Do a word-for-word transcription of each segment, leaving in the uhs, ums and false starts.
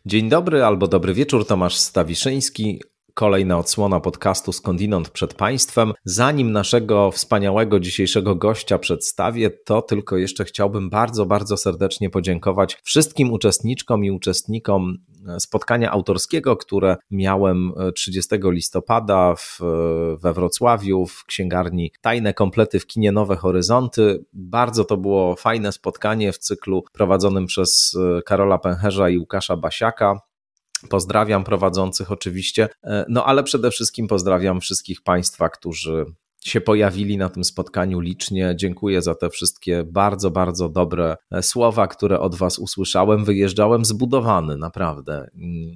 Dzień dobry albo dobry wieczór, Tomasz Stawiszyński. Kolejna odsłona podcastu Skądinąd przed Państwem. Zanim naszego wspaniałego dzisiejszego gościa przedstawię, to tylko jeszcze chciałbym bardzo, bardzo serdecznie podziękować wszystkim uczestniczkom i uczestnikom spotkania autorskiego, które miałem trzydziestego listopada w, we Wrocławiu w księgarni Tajne Komplety w kinie Nowe Horyzonty. Bardzo to było fajne spotkanie w cyklu prowadzonym przez Karola Pęcherza i Łukasza Basiaka. Pozdrawiam prowadzących oczywiście, no ale przede wszystkim pozdrawiam wszystkich Państwa, którzy się pojawili na tym spotkaniu licznie. Dziękuję za te wszystkie bardzo, bardzo dobre słowa, które od Was usłyszałem. Wyjeżdżałem zbudowany naprawdę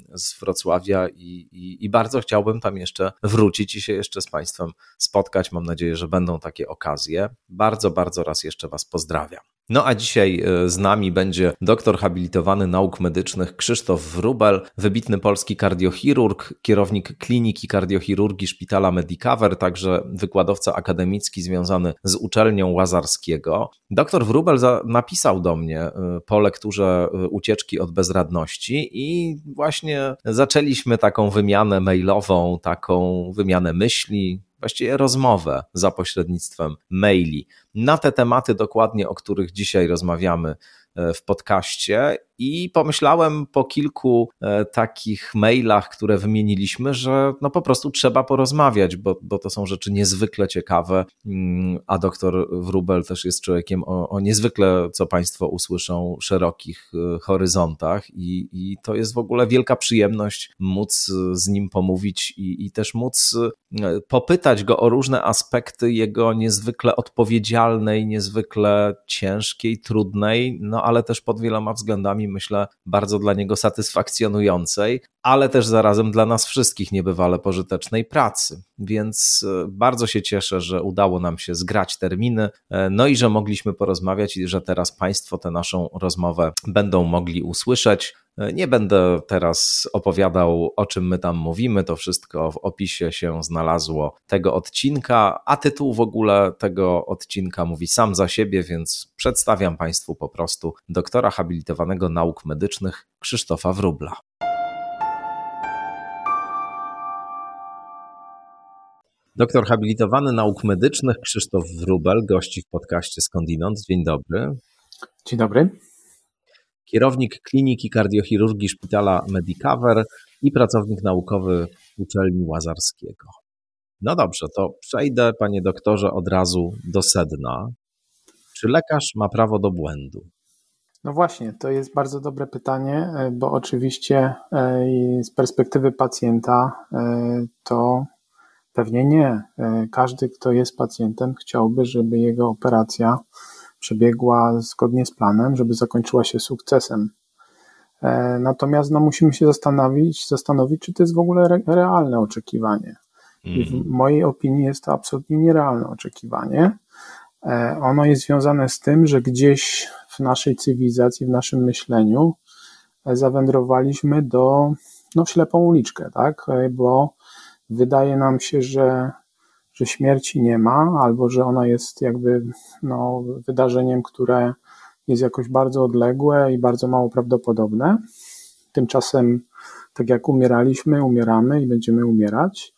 z Wrocławia i, i, i bardzo chciałbym tam jeszcze wrócić i się jeszcze z Państwem spotkać. Mam nadzieję, że będą takie okazje. Bardzo, bardzo raz jeszcze Was pozdrawiam. No a dzisiaj z nami będzie doktor habilitowany nauk medycznych Krzysztof Wróbel, wybitny polski kardiochirurg, kierownik Kliniki Kardiochirurgii Szpitala Medicover, także wykładowca akademicki związany z uczelnią Łazarskiego. Doktor Wróbel za, napisał do mnie po lekturze Ucieczki od bezradności i właśnie zaczęliśmy taką wymianę mailową, taką wymianę myśli, właściwie rozmowę za pośrednictwem maili na te tematy dokładnie, o których dzisiaj rozmawiamy w podcaście i pomyślałem po kilku takich mailach, które wymieniliśmy, że no po prostu trzeba porozmawiać, bo, bo to są rzeczy niezwykle ciekawe, a doktor Wróbel też jest człowiekiem o, o niezwykle, co Państwo usłyszą, szerokich horyzontach i, i to jest w ogóle wielka przyjemność móc z nim pomówić i, i też móc popytać go o różne aspekty jego niezwykle odpowiedzialnej, niezwykle ciężkiej, trudnej, no ale też pod wieloma względami myślę bardzo dla niego satysfakcjonującej, ale też zarazem dla nas wszystkich niebywale pożytecznej pracy. Więc bardzo się cieszę, że udało nam się zgrać terminy, no i że mogliśmy porozmawiać i że teraz Państwo tę naszą rozmowę będą mogli usłyszeć. Nie będę teraz opowiadał, o czym my tam mówimy, to wszystko w opisie się znalazło tego odcinka, a tytuł w ogóle tego odcinka mówi sam za siebie, więc przedstawiam Państwu po prostu doktora habilitowanego nauk medycznych Krzysztofa Wróbla. Doktor habilitowany nauk medycznych Krzysztof Wróbel gości w podcaście Skądinąd. Dzień dobry. Dzień dobry. Kierownik Kliniki Kardiochirurgii Szpitala Medicover i pracownik naukowy Uczelni Łazarskiego. No dobrze, to przejdę, panie doktorze, od razu do sedna. Czy lekarz ma prawo do błędu? No właśnie, to jest bardzo dobre pytanie, bo oczywiście z perspektywy pacjenta to pewnie nie. Każdy, kto jest pacjentem, chciałby, żeby jego operacja przebiegła zgodnie z planem, żeby zakończyła się sukcesem. Natomiast no, musimy się zastanowić, zastanowić, czy to jest w ogóle re- realne oczekiwanie. I w mojej opinii jest to absolutnie nierealne oczekiwanie. Ono jest związane z tym, że gdzieś w naszej cywilizacji, w naszym myśleniu zawędrowaliśmy do no, ślepą uliczkę, tak? Bo wydaje nam się, że że śmierci nie ma, albo że ona jest jakby no, wydarzeniem, które jest jakoś bardzo odległe i bardzo mało prawdopodobne. Tymczasem, tak jak umieraliśmy, umieramy i będziemy umierać.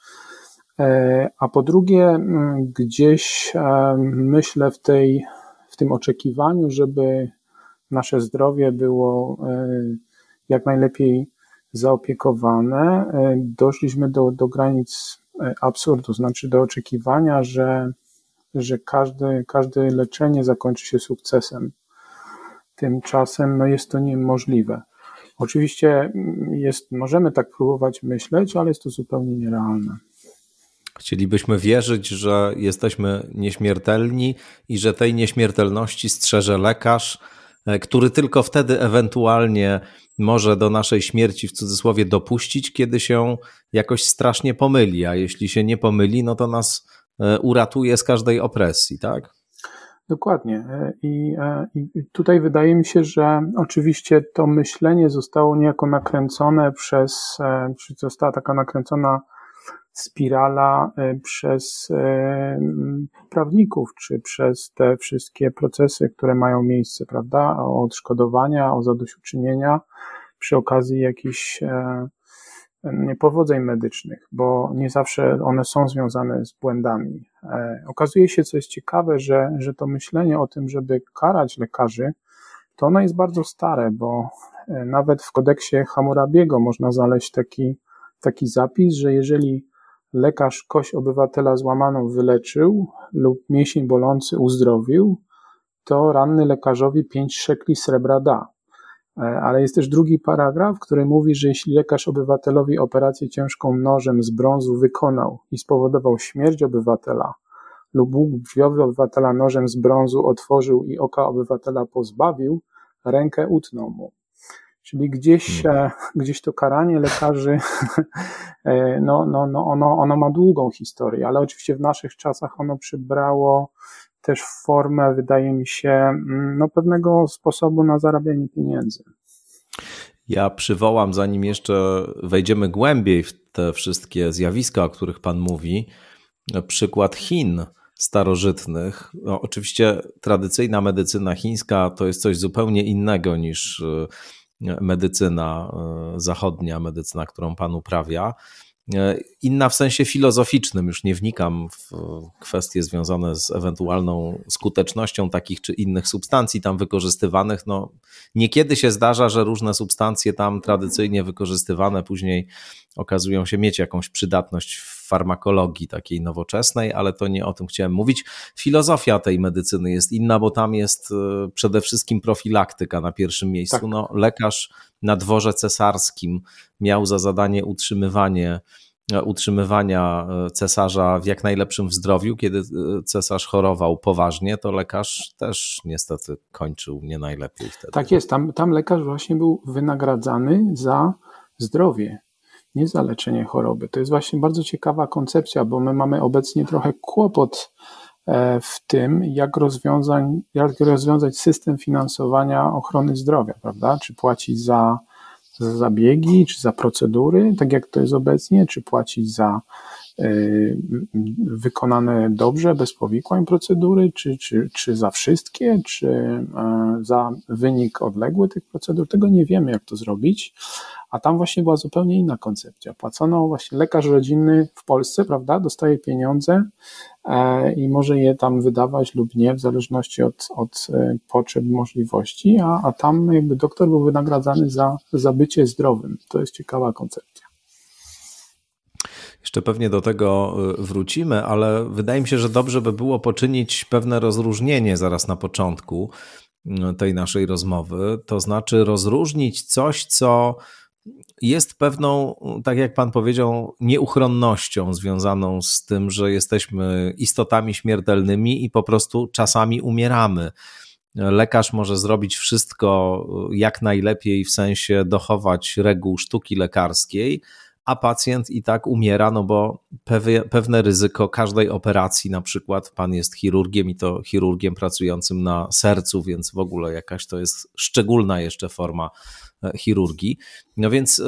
A po drugie, gdzieś myślę w, tej, w tym oczekiwaniu, żeby nasze zdrowie było jak najlepiej zaopiekowane, doszliśmy do, do granic absurdu, znaczy do oczekiwania, że, że każde, każde leczenie zakończy się sukcesem. Tymczasem no jest to niemożliwe. Oczywiście jest, możemy tak próbować myśleć, ale jest to zupełnie nierealne. Chcielibyśmy wierzyć, że jesteśmy nieśmiertelni i że tej nieśmiertelności strzeże lekarz, który tylko wtedy ewentualnie może do naszej śmierci w cudzysłowie dopuścić, kiedy się jakoś strasznie pomyli, a jeśli się nie pomyli, no to nas uratuje z każdej opresji, tak? Dokładnie. I, I tutaj wydaje mi się, że oczywiście to myślenie zostało niejako nakręcone przez, została taka nakręcona spirala przez prawników, czy przez te wszystkie procesy, które mają miejsce, prawda, o odszkodowania, o zadośćuczynienia, przy okazji jakichś niepowodzeń medycznych, bo nie zawsze one są związane z błędami. Okazuje się, co jest ciekawe, że, że to myślenie o tym, żeby karać lekarzy, to ono jest bardzo stare, bo nawet w kodeksie Hammurabiego można znaleźć taki, taki zapis, że jeżeli lekarz kość obywatela złamaną wyleczył lub mięsień bolący uzdrowił, to ranny lekarzowi pięć szekli srebra da. Ale jest też drugi paragraf, który mówi, że jeśli lekarz obywatelowi operację ciężką nożem z brązu wykonał i spowodował śmierć obywatela lub łuk brwiowy obywatela nożem z brązu otworzył i oka obywatela pozbawił, rękę utnął mu. Czyli gdzieś, hmm. gdzieś to karanie lekarzy, no, no, no ono, ono ma długą historię, ale oczywiście w naszych czasach ono przybrało też formę, wydaje mi się, no, pewnego sposobu na zarabianie pieniędzy. Ja przywołam, zanim jeszcze wejdziemy głębiej w te wszystkie zjawiska, o których Pan mówi, przykład Chin starożytnych. No, oczywiście tradycyjna medycyna chińska to jest coś zupełnie innego niż medycyna zachodnia, medycyna, którą Pan uprawia. Inna w sensie filozoficznym, już nie wnikam w kwestie związane z ewentualną skutecznością takich czy innych substancji tam wykorzystywanych. No, niekiedy się zdarza, że różne substancje tam tradycyjnie wykorzystywane później okazują się mieć jakąś przydatność w farmakologii takiej nowoczesnej, ale to nie o tym chciałem mówić. Filozofia tej medycyny jest inna, bo tam jest przede wszystkim profilaktyka na pierwszym miejscu. Tak. No, lekarz na dworze cesarskim miał za zadanie utrzymywanie, utrzymywania cesarza w jak najlepszym w zdrowiu. Kiedy cesarz chorował poważnie, to lekarz też niestety kończył nie najlepiej wtedy. Tak jest, tam, tam lekarz właśnie był wynagradzany za zdrowie, nie za leczenie choroby. To jest właśnie bardzo ciekawa koncepcja, bo my mamy obecnie trochę kłopot w tym, jak, rozwiązań, jak rozwiązać system finansowania ochrony zdrowia, prawda? Czy płacić za, za zabiegi, czy za procedury, tak jak to jest obecnie, czy płacić za y, wykonane dobrze, bez powikłań procedury, czy, czy, czy za wszystkie, czy y, za wynik odległy tych procedur. Tego nie wiemy, jak to zrobić. A tam właśnie była zupełnie inna koncepcja. Płacono właśnie lekarz rodzinny w Polsce, prawda, dostaje pieniądze e, i może je tam wydawać lub nie, w zależności od, od potrzeb i możliwości, a, a tam jakby doktor był wynagradzany za, za bycie zdrowym. To jest ciekawa koncepcja. Jeszcze pewnie do tego wrócimy, ale wydaje mi się, że dobrze by było poczynić pewne rozróżnienie zaraz na początku tej naszej rozmowy, to znaczy rozróżnić coś, co jest pewną, tak jak Pan powiedział, nieuchronnością związaną z tym, że jesteśmy istotami śmiertelnymi i po prostu czasami umieramy. Lekarz może zrobić wszystko jak najlepiej, w sensie dochować reguł sztuki lekarskiej, a pacjent i tak umiera, no bo pewne ryzyko każdej operacji, na przykład Pan jest chirurgiem i to chirurgiem pracującym na sercu, więc w ogóle jakaś to jest szczególna jeszcze forma chirurgii. No więc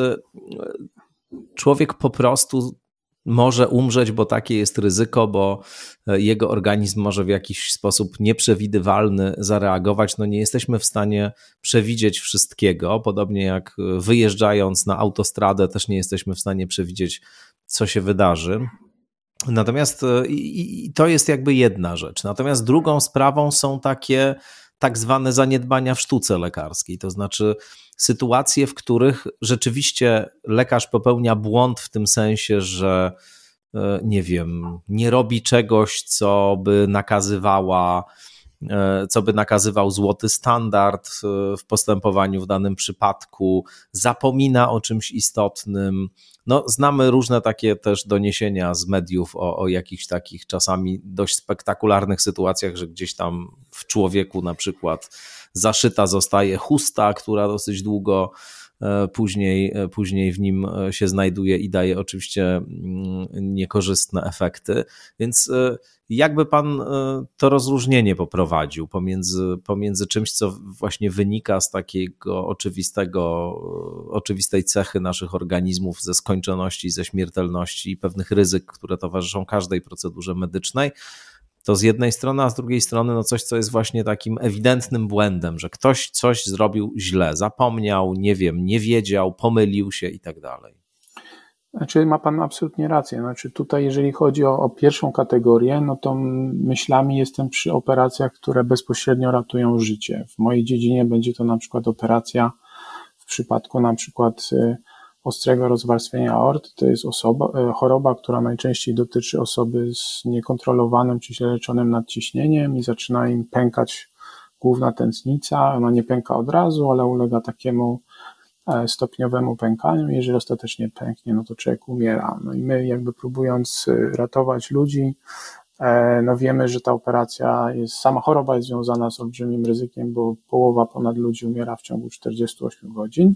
człowiek po prostu może umrzeć, bo takie jest ryzyko, bo jego organizm może w jakiś sposób nieprzewidywalny zareagować. No nie jesteśmy w stanie przewidzieć wszystkiego, podobnie jak wyjeżdżając na autostradę też nie jesteśmy w stanie przewidzieć, co się wydarzy. Natomiast i, i to jest jakby jedna rzecz. Natomiast drugą sprawą są takie tak zwane zaniedbania w sztuce lekarskiej, to znaczy sytuacje, w których rzeczywiście lekarz popełnia błąd w tym sensie, że nie wiem, nie robi czegoś, co by nakazywała, co by nakazywał złoty standard w postępowaniu w danym przypadku, zapomina o czymś istotnym. No, znamy różne takie też doniesienia z mediów o, o jakichś takich czasami dość spektakularnych sytuacjach, że gdzieś tam w człowieku na przykład zaszyta zostaje chusta, która dosyć długo później, później w nim się znajduje i daje oczywiście niekorzystne efekty. Więc jakby Pan to rozróżnienie poprowadził pomiędzy, pomiędzy czymś, co właśnie wynika z takiego oczywistego, oczywistej cechy naszych organizmów, ze skończoności, ze śmiertelności i pewnych ryzyk, które towarzyszą każdej procedurze medycznej, to z jednej strony, a z drugiej strony no coś, co jest właśnie takim ewidentnym błędem, że ktoś coś zrobił źle, zapomniał, nie wiem, nie wiedział, pomylił się i tak dalej. Znaczy ma Pan absolutnie rację. Znaczy tutaj jeżeli chodzi o, o pierwszą kategorię, no to myślami jestem przy operacjach, które bezpośrednio ratują życie. W mojej dziedzinie będzie to na przykład operacja w przypadku na przykład ostrego rozwarstwienia aorty. To jest osoba, choroba, która najczęściej dotyczy osoby z niekontrolowanym czy źle leczonym nadciśnieniem i zaczyna im pękać główna tętnica. Ona nie pęka od razu, ale ulega takiemu stopniowemu pękaniu. Jeżeli ostatecznie pęknie, no to człowiek umiera. No i my jakby próbując ratować ludzi, no wiemy, że ta operacja jest, sama choroba jest związana z olbrzymim ryzykiem, bo połowa ponad ludzi umiera w ciągu czterdziestu ośmiu godzin.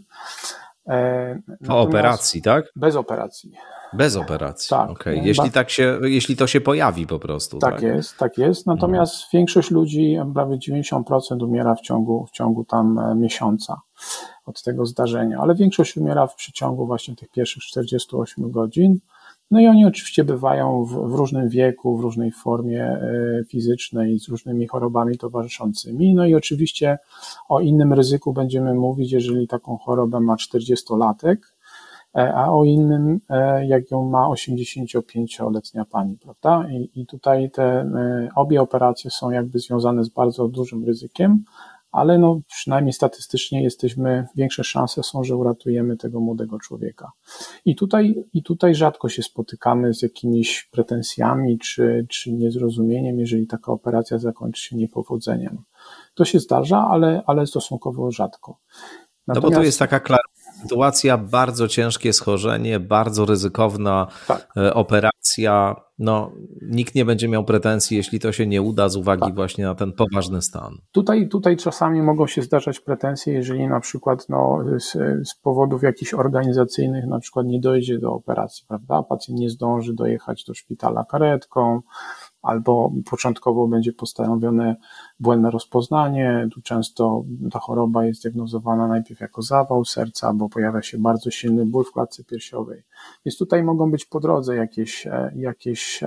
Po operacji, tak? Bez operacji. Bez operacji, tak. okej. Okay. Jeśli tak się, jeśli to się pojawi po prostu. Tak, tak? jest, tak jest. Natomiast mhm. większość ludzi, prawie dziewięćdziesiąt procent umiera w ciągu, w ciągu tam miesiąca od tego zdarzenia, ale większość umiera w przeciągu właśnie tych pierwszych czterdziestu ośmiu godzin. No i oni oczywiście bywają w, w różnym wieku, w różnej formie fizycznej, z różnymi chorobami towarzyszącymi. No i oczywiście o innym ryzyku będziemy mówić, jeżeli taką chorobę ma czterdziestolatek, a o innym, jak ją ma osiemdziesięciopięcioletnia pani, prawda? I, i tutaj te obie operacje są jakby związane z bardzo dużym ryzykiem, ale no przynajmniej statystycznie jesteśmy, większe szanse są, że uratujemy tego młodego człowieka. I tutaj, i tutaj rzadko się spotykamy z jakimiś pretensjami czy, czy niezrozumieniem, jeżeli taka operacja zakończy się niepowodzeniem. To się zdarza, ale, ale stosunkowo rzadko. Natomiast... No bo to jest taka klara sytuacja, bardzo ciężkie schorzenie, bardzo ryzykowna tak. operacja. No, nikt nie będzie miał pretensji, jeśli to się nie uda z uwagi tak. właśnie na ten poważny stan. Tutaj, tutaj czasami mogą się zdarzać pretensje, jeżeli na przykład no, z, z powodów jakichś organizacyjnych na przykład nie dojdzie do operacji, prawda? Pacjent nie zdąży dojechać do szpitala karetką, albo początkowo będzie postawione błędne rozpoznanie. Tu często ta choroba jest diagnozowana najpierw jako zawał serca, bo pojawia się bardzo silny ból w klatce piersiowej. Więc tutaj mogą być po drodze jakieś, jakieś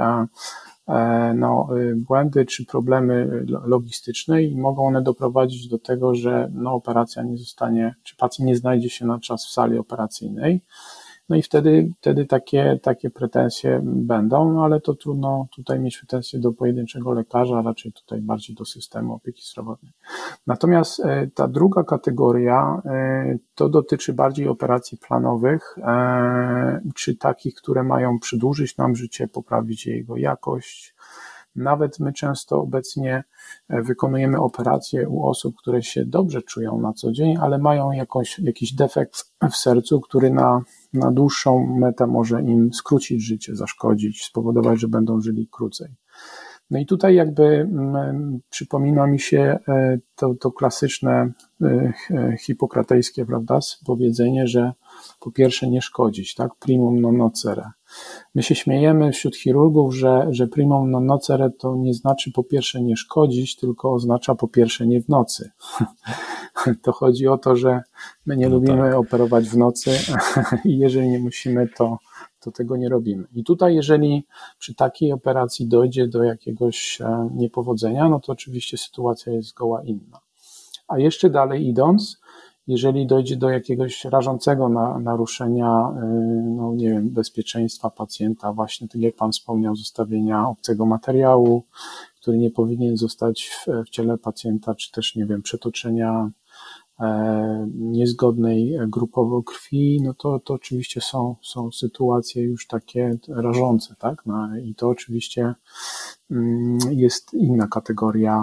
no, błędy czy problemy logistyczne i mogą one doprowadzić do tego, że no, operacja nie zostanie, czy pacjent nie znajdzie się na czas w sali operacyjnej. No i wtedy, wtedy takie, takie pretensje będą, no ale to trudno tutaj mieć pretensje do pojedynczego lekarza, raczej tutaj bardziej do systemu opieki zdrowotnej. Natomiast ta druga kategoria to dotyczy bardziej operacji planowych, czy takich, które mają przedłużyć nam życie, poprawić jego jakość. Nawet my często obecnie wykonujemy operacje u osób, które się dobrze czują na co dzień, ale mają jakąś, jakiś defekt w sercu, który na, na dłuższą metę może im skrócić życie, zaszkodzić, spowodować, że będą żyli krócej. No i tutaj jakby m, przypomina mi się to, to klasyczne hipokratejskie, prawda, powiedzenie, że po pierwsze nie szkodzić, tak, primum non nocere. My się śmiejemy wśród chirurgów, że, że primum non nocere to nie znaczy po pierwsze nie szkodzić, tylko oznacza po pierwsze nie w nocy. To chodzi o to, że my nie no lubimy tak. operować w nocy i jeżeli nie musimy, to, to tego nie robimy. I tutaj jeżeli przy takiej operacji dojdzie do jakiegoś niepowodzenia, no to oczywiście sytuacja jest zgoła inna. A jeszcze dalej idąc, jeżeli dojdzie do jakiegoś rażącego na, naruszenia, no nie wiem, bezpieczeństwa pacjenta, właśnie tak jak Pan wspomniał, zostawienia obcego materiału, który nie powinien zostać w, w ciele pacjenta, czy też, nie wiem, przetoczenia e, niezgodnej grupowo krwi, no to, to oczywiście są, są sytuacje już takie rażące, tak? No, i to oczywiście mm, jest inna kategoria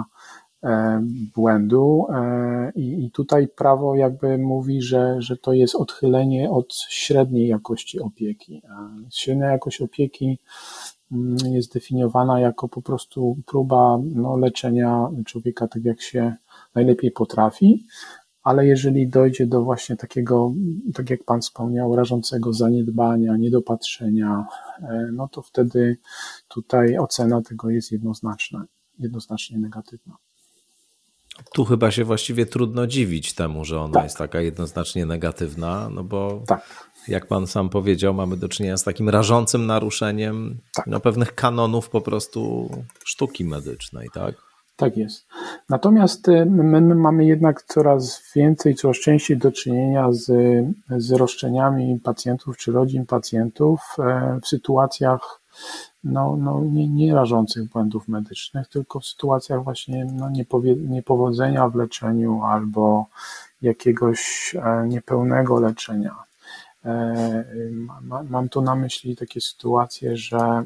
błędu i, i tutaj prawo jakby mówi, że, że to jest odchylenie od średniej jakości opieki. Średnia jakość opieki jest definiowana jako po prostu próba no, leczenia człowieka tak jak się najlepiej potrafi, ale jeżeli dojdzie do właśnie takiego, tak jak Pan wspomniał, rażącego zaniedbania, niedopatrzenia, no to wtedy tutaj ocena tego jest jednoznaczna, jednoznacznie negatywna. Tu chyba się właściwie trudno dziwić temu, że ona tak. jest taka jednoznacznie negatywna, no bo tak. jak Pan sam powiedział, mamy do czynienia z takim rażącym naruszeniem tak. no, pewnych kanonów po prostu sztuki medycznej, tak? Tak jest. Natomiast my, my mamy jednak coraz więcej, coraz częściej do czynienia z, z roszczeniami pacjentów czy rodzin pacjentów w sytuacjach no, no, nie, nie rażących błędów medycznych, tylko w sytuacjach właśnie no, niepowie, niepowodzenia w leczeniu albo jakiegoś niepełnego leczenia. Mam tu na myśli takie sytuacje, że,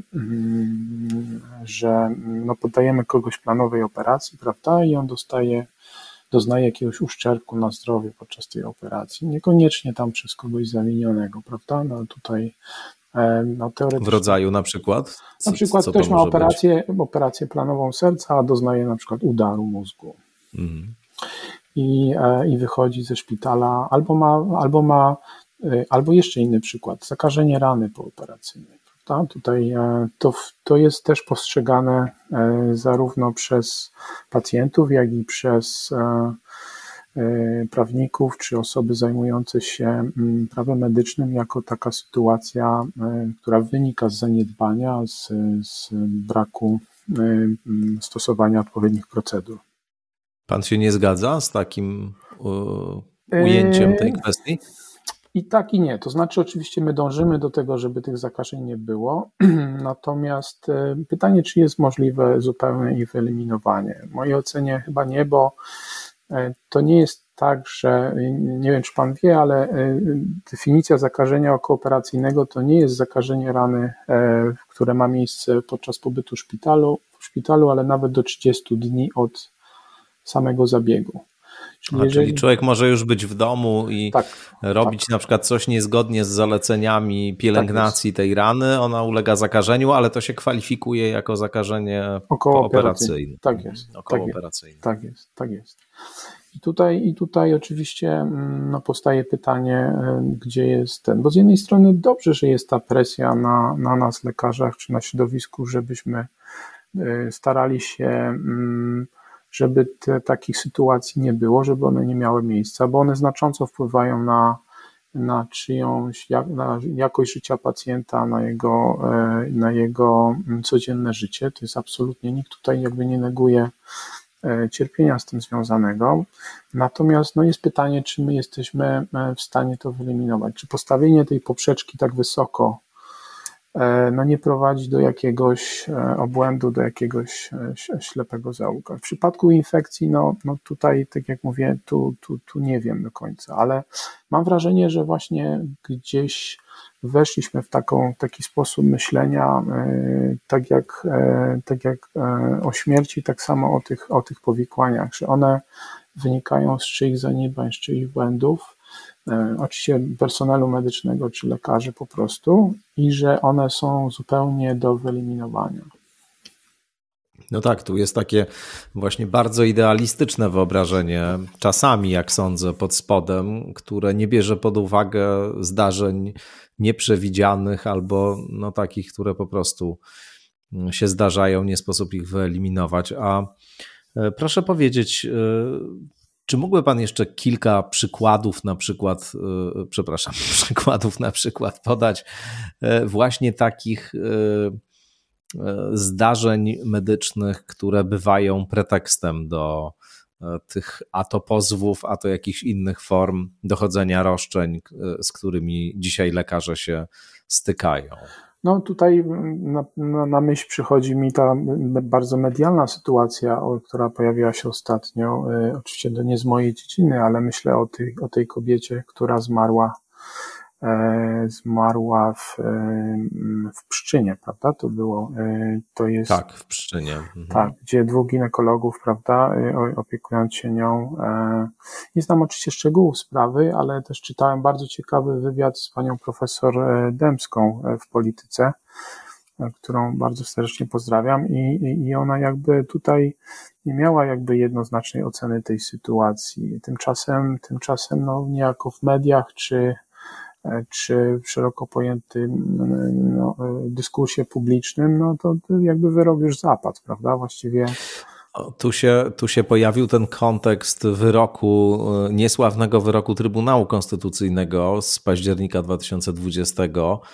że no poddajemy kogoś planowej operacji, prawda, i on dostaje, doznaje jakiegoś uszczerbku na zdrowiu podczas tej operacji, niekoniecznie tam przez kogoś zawinionego, prawda, no tutaj no teoretycznie. W rodzaju na przykład? Co, na przykład ktoś ma operację, operację planową serca, a doznaje na przykład udaru mózgu. Mhm. I, i wychodzi ze szpitala, albo ma, albo ma Albo jeszcze inny przykład, zakażenie rany pooperacyjnej. Prawda? Tutaj to, to jest też postrzegane zarówno przez pacjentów, jak i przez prawników czy osoby zajmujące się prawem medycznym jako taka sytuacja, która wynika z zaniedbania, z, z braku stosowania odpowiednich procedur. Pan się nie zgadza z takim ujęciem tej kwestii? I tak i nie, to znaczy oczywiście my dążymy do tego, żeby tych zakażeń nie było, natomiast pytanie, czy jest możliwe zupełne ich wyeliminowanie. W mojej ocenie chyba nie, bo to nie jest tak, że, nie wiem czy Pan wie, ale definicja zakażenia okooperacyjnego to nie jest zakażenie rany, które ma miejsce podczas pobytu w szpitalu, w szpitalu, ale nawet do trzydziestu dni od samego zabiegu. Czyli, A, jeżeli... czyli człowiek może już być w domu i tak, robić tak. na przykład coś niezgodnie z zaleceniami pielęgnacji tak tej rany, ona ulega zakażeniu, ale to się kwalifikuje jako zakażenie pooperacyjne. Tak jest. Okołooperacyjne. Tak jest, tak jest. I tutaj, i tutaj oczywiście no, powstaje pytanie, gdzie jest ten, bo z jednej strony dobrze, że jest ta presja na, na nas, lekarzach, czy na środowisku, żebyśmy starali się żeby te, takich sytuacji nie było, żeby one nie miały miejsca, bo one znacząco wpływają na, na czyjąś, na jakość życia pacjenta, na jego, na jego codzienne życie. To jest absolutnie, nikt tutaj jakby nie neguje cierpienia z tym związanego. Natomiast no jest pytanie, czy my jesteśmy w stanie to wyeliminować. Czy postawienie tej poprzeczki tak wysoko no nie prowadzi do jakiegoś obłędu, do jakiegoś ślepego zaułka. W przypadku infekcji, no, no tutaj, tak jak mówię, tu, tu, tu nie wiem do końca, ale mam wrażenie, że właśnie gdzieś weszliśmy w taką, taki sposób myślenia, tak jak, tak jak o śmierci, tak samo o tych, o tych powikłaniach, że one wynikają z czyichś zaniedbań, z czyichś błędów, oczywiście personelu medycznego czy lekarzy po prostu, i że one są zupełnie do wyeliminowania. No tak, tu jest takie właśnie bardzo idealistyczne wyobrażenie, czasami jak sądzę pod spodem, które nie bierze pod uwagę zdarzeń nieprzewidzianych albo no takich, które po prostu się zdarzają, nie sposób ich wyeliminować. A proszę powiedzieć, czy mógłby Pan jeszcze kilka przykładów na przykład, przepraszam, przykładów na przykład podać właśnie takich zdarzeń medycznych, które bywają pretekstem do tych a to pozwów, a to jakichś innych form dochodzenia roszczeń, z którymi dzisiaj lekarze się stykają? No tutaj na, na, na myśl przychodzi mi ta bardzo medialna sytuacja, o, która pojawiła się ostatnio, y, oczywiście to nie z mojej dziedziny, ale myślę o tej, o tej kobiecie, która zmarła e, zmarła w, e, w Pszczynie, prawda? To było, e, to jest... Tak, w Pszczynie. Mhm. Tak, gdzie dwóch ginekologów, prawda, opiekując się nią. E, nie znam oczywiście szczegółów sprawy, ale też czytałem bardzo ciekawy wywiad z panią profesor Dębską w Polityce, którą bardzo serdecznie pozdrawiam, i, i ona jakby tutaj nie miała jakby jednoznacznej oceny tej sytuacji. Tymczasem, tymczasem no niejako w mediach czy czy w szeroko pojętym no, dyskursie publicznym, no to jakby wyrok już zapadł, prawda? Właściwie. Tu się, tu się pojawił ten kontekst wyroku, niesławnego wyroku Trybunału Konstytucyjnego z października dwa tysiące dwudziestego,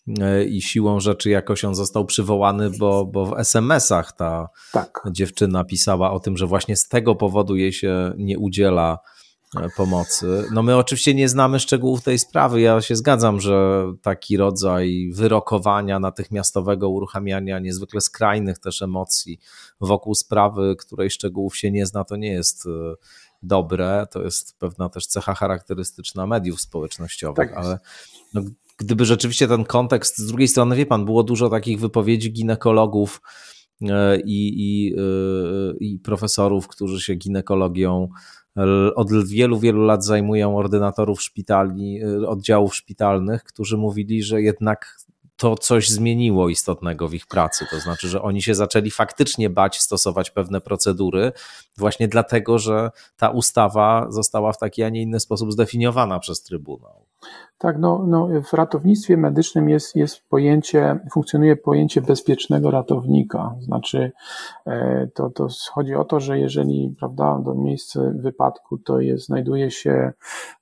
i siłą rzeczy jakoś on został przywołany, bo, bo w es em esach ta tak. dziewczyna pisała o tym, że właśnie z tego powodu jej się nie udziela pomocy. No my oczywiście nie znamy szczegółów tej sprawy. Ja się zgadzam, że taki rodzaj wyrokowania, natychmiastowego uruchamiania niezwykle skrajnych też emocji wokół sprawy, której szczegółów się nie zna, to nie jest dobre. To jest pewna też cecha charakterystyczna mediów społecznościowych, tak, ale no, gdyby rzeczywiście ten kontekst, z drugiej strony wie pan, było dużo takich wypowiedzi ginekologów i, i, i profesorów, którzy się ginekologią od wielu, wielu lat zajmują, ordynatorów szpitali, oddziałów szpitalnych, którzy mówili, że jednak to coś zmieniło istotnego w ich pracy. To znaczy, że oni się zaczęli faktycznie bać stosować pewne procedury właśnie dlatego, że ta ustawa została w taki, a nie inny sposób zdefiniowana przez Trybunał. Tak, no, no w ratownictwie medycznym jest, jest pojęcie, funkcjonuje pojęcie bezpiecznego ratownika. Znaczy, to, to chodzi o to, że jeżeli, prawda, do miejsca wypadku to jest, znajduje się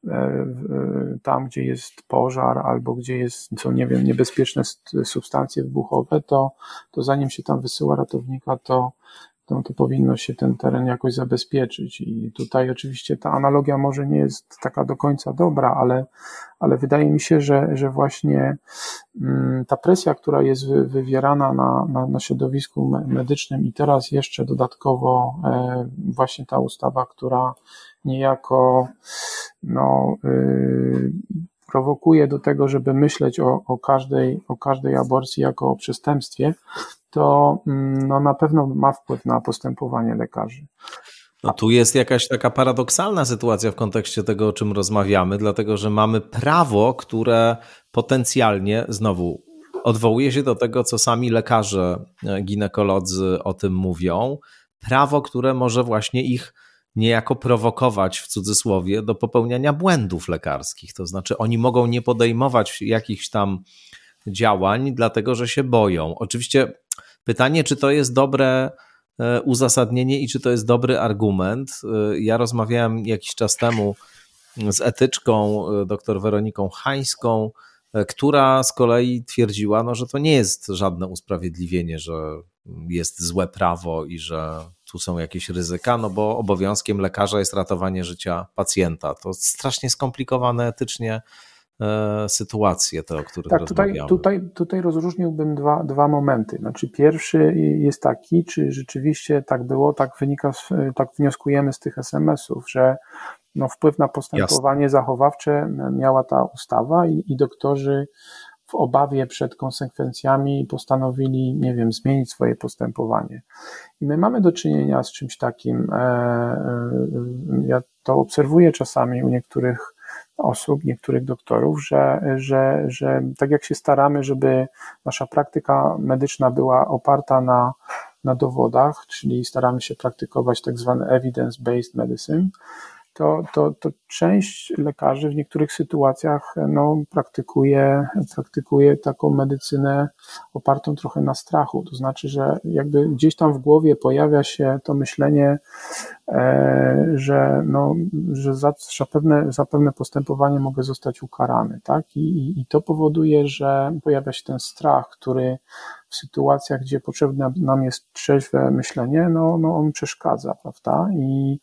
tam, gdzie jest pożar albo gdzie jest, są, nie wiem, niebezpieczne substancje wybuchowe, to, to zanim się tam wysyła ratownika, to To, to powinno się ten teren jakoś zabezpieczyć i tutaj oczywiście ta analogia może nie jest taka do końca dobra, ale, ale wydaje mi się, że, że właśnie ta presja, która jest wywierana na, na, na środowisku medycznym i teraz jeszcze dodatkowo właśnie ta ustawa, która niejako no, yy, prowokuje do tego, żeby myśleć o, o, każdej, o każdej aborcji jako o przestępstwie, to no, na pewno ma wpływ na postępowanie lekarzy. No tu jest jakaś taka paradoksalna sytuacja w kontekście tego, o czym rozmawiamy, dlatego że mamy prawo, które potencjalnie, znowu odwołuje się do tego, co sami lekarze, ginekolodzy o tym mówią, prawo, które może właśnie ich niejako prowokować, w cudzysłowie, do popełniania błędów lekarskich. To znaczy oni mogą nie podejmować jakichś tam działań, dlatego że się boją. Oczywiście pytanie, czy to jest dobre uzasadnienie i czy to jest dobry argument. Ja rozmawiałem jakiś czas temu z etyczką, dr Weroniką Hańską, która z kolei twierdziła, no, że to nie jest żadne usprawiedliwienie, że jest złe prawo i że tu są jakieś ryzyka, no bo obowiązkiem lekarza jest ratowanie życia pacjenta. To strasznie skomplikowane etycznie sytuacje, te, o których tak, rozmawiamy. Tutaj, tutaj, tutaj rozróżniłbym dwa, dwa momenty. Znaczy pierwszy jest taki, czy rzeczywiście tak było, tak wynika, tak wnioskujemy z tych es em esów, że no wpływ na postępowanie Jasne. zachowawcze miała ta ustawa i, i doktorzy w obawie przed konsekwencjami postanowili, nie wiem, zmienić swoje postępowanie. I my mamy do czynienia z czymś takim, ja to obserwuję czasami u niektórych osób, niektórych doktorów, że, że, że tak jak się staramy, żeby nasza praktyka medyczna była oparta na, na dowodach, czyli staramy się praktykować tak zwany evidence-based medicine, to, to, to część lekarzy w niektórych sytuacjach no, praktykuje, praktykuje taką medycynę opartą trochę na strachu. To znaczy, że jakby gdzieś tam w głowie pojawia się to myślenie, e, że, no, że za, za, pewne, za pewne postępowanie mogę zostać ukarany. Tak? I, i to powoduje, że pojawia się ten strach, który w sytuacjach, gdzie potrzebne nam jest trzeźwe myślenie, no, no on przeszkadza, prawda? I,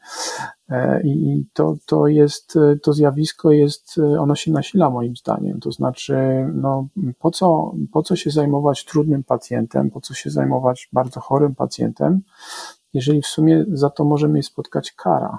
i to, to jest, to zjawisko jest, ono się nasila moim zdaniem, to znaczy, no, po co, po co się zajmować trudnym pacjentem, po co się zajmować bardzo chorym pacjentem, jeżeli w sumie za to może mnie spotkać kara.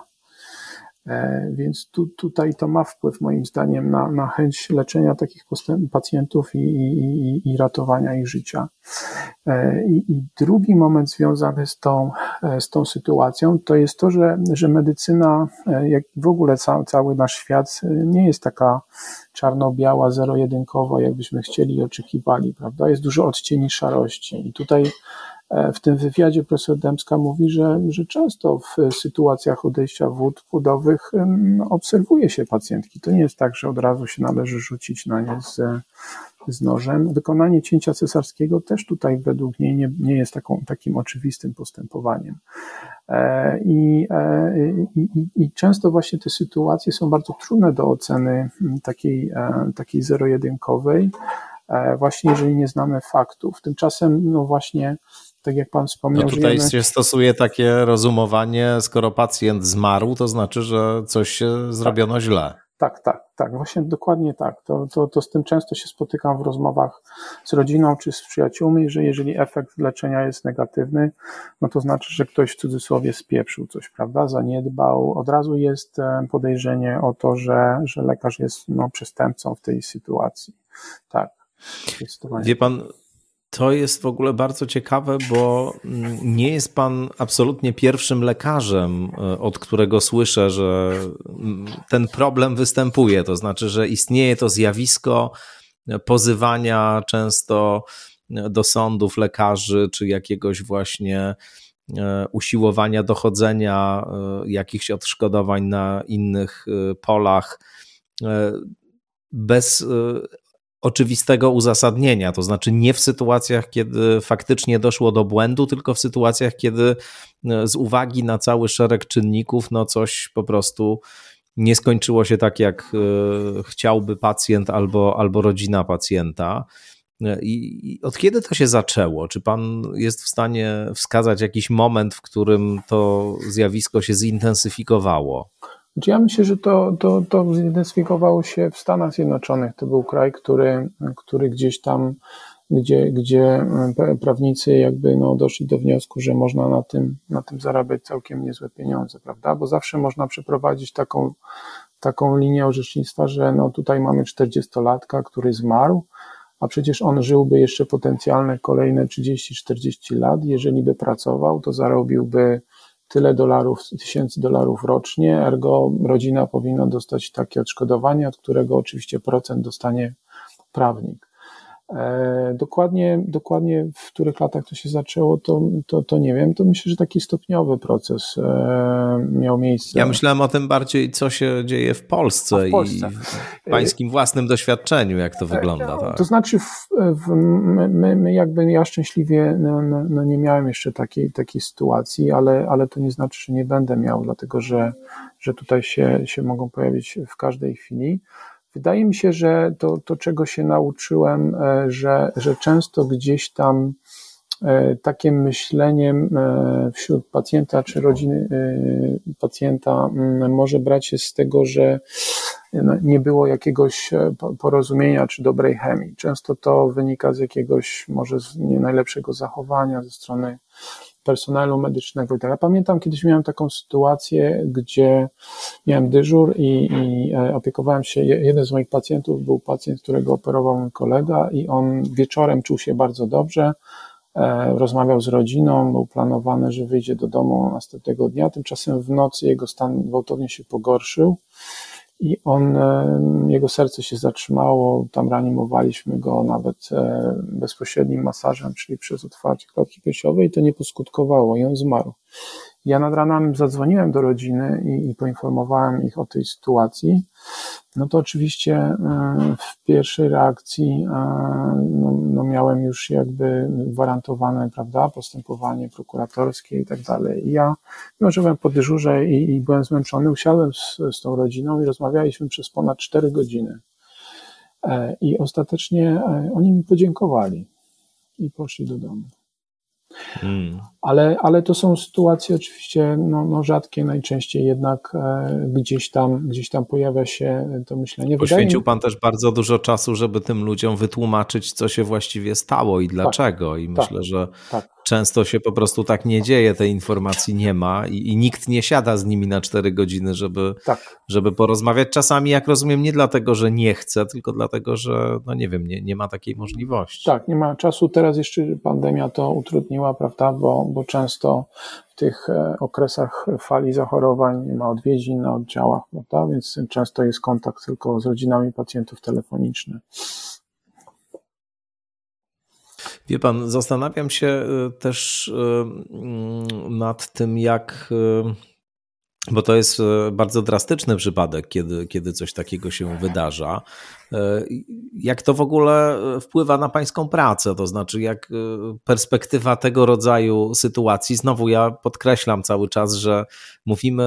Więc tu, tutaj to ma wpływ moim zdaniem na, na chęć leczenia takich pacjentów i, i, i ratowania ich życia. I, I drugi moment związany z tą, z tą sytuacją to jest to, że, że medycyna, jak w ogóle ca, cały nasz świat nie jest taka czarno-biała, zero-jedynkowa, jakbyśmy chcieli i oczekiwali, prawda? Jest dużo odcieni szarości i tutaj w tym wywiadzie profesor Dębska mówi, że, że często w sytuacjach odejścia wód płodowych obserwuje się pacjentki. To nie jest tak, że od razu się należy rzucić na nie z, z nożem. Wykonanie cięcia cesarskiego też tutaj według niej nie, nie jest taką, takim oczywistym postępowaniem. I, i, I często właśnie te sytuacje są bardzo trudne do oceny takiej, takiej zero-jedynkowej, właśnie jeżeli nie znamy faktów. Tymczasem, no właśnie, tak jak pan wspomniał, no tutaj żyjemy... się stosuje takie rozumowanie, skoro pacjent zmarł, to znaczy, że coś się zrobiono tak. źle. Tak, tak, tak, właśnie dokładnie tak. To, to, to z tym często się spotykam w rozmowach z rodziną czy z przyjaciółmi, że jeżeli efekt leczenia jest negatywny, no to znaczy, że ktoś w cudzysłowie spieprzył coś, prawda, zaniedbał. Od razu jest podejrzenie o to, że, że lekarz jest no, przestępcą w tej sytuacji. Tak, zdecydowanie. Wie pan, to jest w ogóle bardzo ciekawe, bo nie jest pan absolutnie pierwszym lekarzem, od którego słyszę, że ten problem występuje. To znaczy, że istnieje to zjawisko pozywania często do sądów lekarzy, czy jakiegoś właśnie usiłowania dochodzenia jakichś odszkodowań na innych polach bez oczywistego uzasadnienia, to znaczy nie w sytuacjach, kiedy faktycznie doszło do błędu, tylko w sytuacjach, kiedy z uwagi na cały szereg czynników, no coś po prostu nie skończyło się tak, jak chciałby pacjent albo, albo rodzina pacjenta. I od kiedy to się zaczęło? Czy pan jest w stanie wskazać jakiś moment, w którym to zjawisko się zintensyfikowało? Ja myślę, że to, to, to zintensyfikowało się w Stanach Zjednoczonych. To był kraj, który, który gdzieś tam, gdzie, gdzie prawnicy jakby no doszli do wniosku, że można na tym, na tym zarabiać całkiem niezłe pieniądze, prawda? Bo zawsze można przeprowadzić taką, taką linię orzecznictwa, że no tutaj mamy czterdziestolatka, który zmarł, a przecież on żyłby jeszcze potencjalne kolejne trzydzieści czterdzieści lat. Jeżeli by pracował, to zarobiłby tyle dolarów, tysięcy dolarów rocznie, ergo rodzina powinna dostać takie odszkodowanie, od którego oczywiście procent dostanie prawnik. E, dokładnie, dokładnie w których latach to się zaczęło, to, to, to nie wiem. To myślę, że taki stopniowy proces e, miał miejsce. Ja myślałem o tym bardziej, co się dzieje w Polsce, w Polsce. i w pańskim własnym doświadczeniu, jak to wygląda. Tak? To znaczy, w, w, my, my jakby ja szczęśliwie no, no, no nie miałem jeszcze takiej, takiej sytuacji, ale, ale to nie znaczy, że nie będę miał, dlatego że, że tutaj się, się mogą pojawić w każdej chwili. Wydaje mi się, że to, to czego się nauczyłem, że, że często gdzieś tam takim myśleniem wśród pacjenta czy rodziny pacjenta może brać się z tego, że nie było jakiegoś porozumienia czy dobrej chemii. Często to wynika z jakiegoś może z nie najlepszego zachowania ze strony personelu medycznego. Ja pamiętam, kiedyś miałem taką sytuację, gdzie miałem dyżur i, i opiekowałem się, jeden z moich pacjentów był pacjent, którego operował mój kolega i on wieczorem czuł się bardzo dobrze, rozmawiał z rodziną, był planowany, że wyjdzie do domu następnego dnia, tymczasem w nocy jego stan gwałtownie się pogorszył i on, jego serce się zatrzymało, tam reanimowaliśmy go nawet bezpośrednim masażem, czyli przez otwarcie klatki piersiowej i to nie poskutkowało i on zmarł. Ja nad ranem zadzwoniłem do rodziny i, i poinformowałem ich o tej sytuacji. No to oczywiście w pierwszej reakcji no, no miałem już jakby gwarantowane, prawda, postępowanie prokuratorskie i tak dalej. I ja, mimo że byłem po dyżurze i, i byłem zmęczony, usiadłem z, z tą rodziną i rozmawialiśmy przez ponad cztery godziny. I ostatecznie oni mi podziękowali i poszli do domu. Hmm. Ale, ale to są sytuacje oczywiście no, no rzadkie, najczęściej jednak e, gdzieś tam, gdzieś tam pojawia się to myślenie. Poświęcił pan też bardzo dużo czasu, żeby tym ludziom wytłumaczyć, co się właściwie stało i dlaczego. Tak, I myślę, tak, że tak. często się po prostu tak nie dzieje, tej informacji nie ma i, i nikt nie siada z nimi na cztery godziny, żeby, tak. żeby porozmawiać. Czasami, jak rozumiem, nie dlatego, że nie chce, tylko dlatego, że no nie wiem, nie, nie ma takiej możliwości. Tak, nie ma czasu. Teraz jeszcze pandemia to utrudniła, prawda, bo, bo często w tych okresach fali zachorowań nie ma odwiedzin na oddziałach, prawda, więc często jest kontakt tylko z rodzinami pacjentów telefoniczny. Wie pan, zastanawiam się też nad tym, jak, bo to jest bardzo drastyczny przypadek, kiedy, kiedy coś takiego się wydarza. Jak to w ogóle wpływa na pańską pracę? To znaczy, jak perspektywa tego rodzaju sytuacji, znowu ja podkreślam cały czas, że mówimy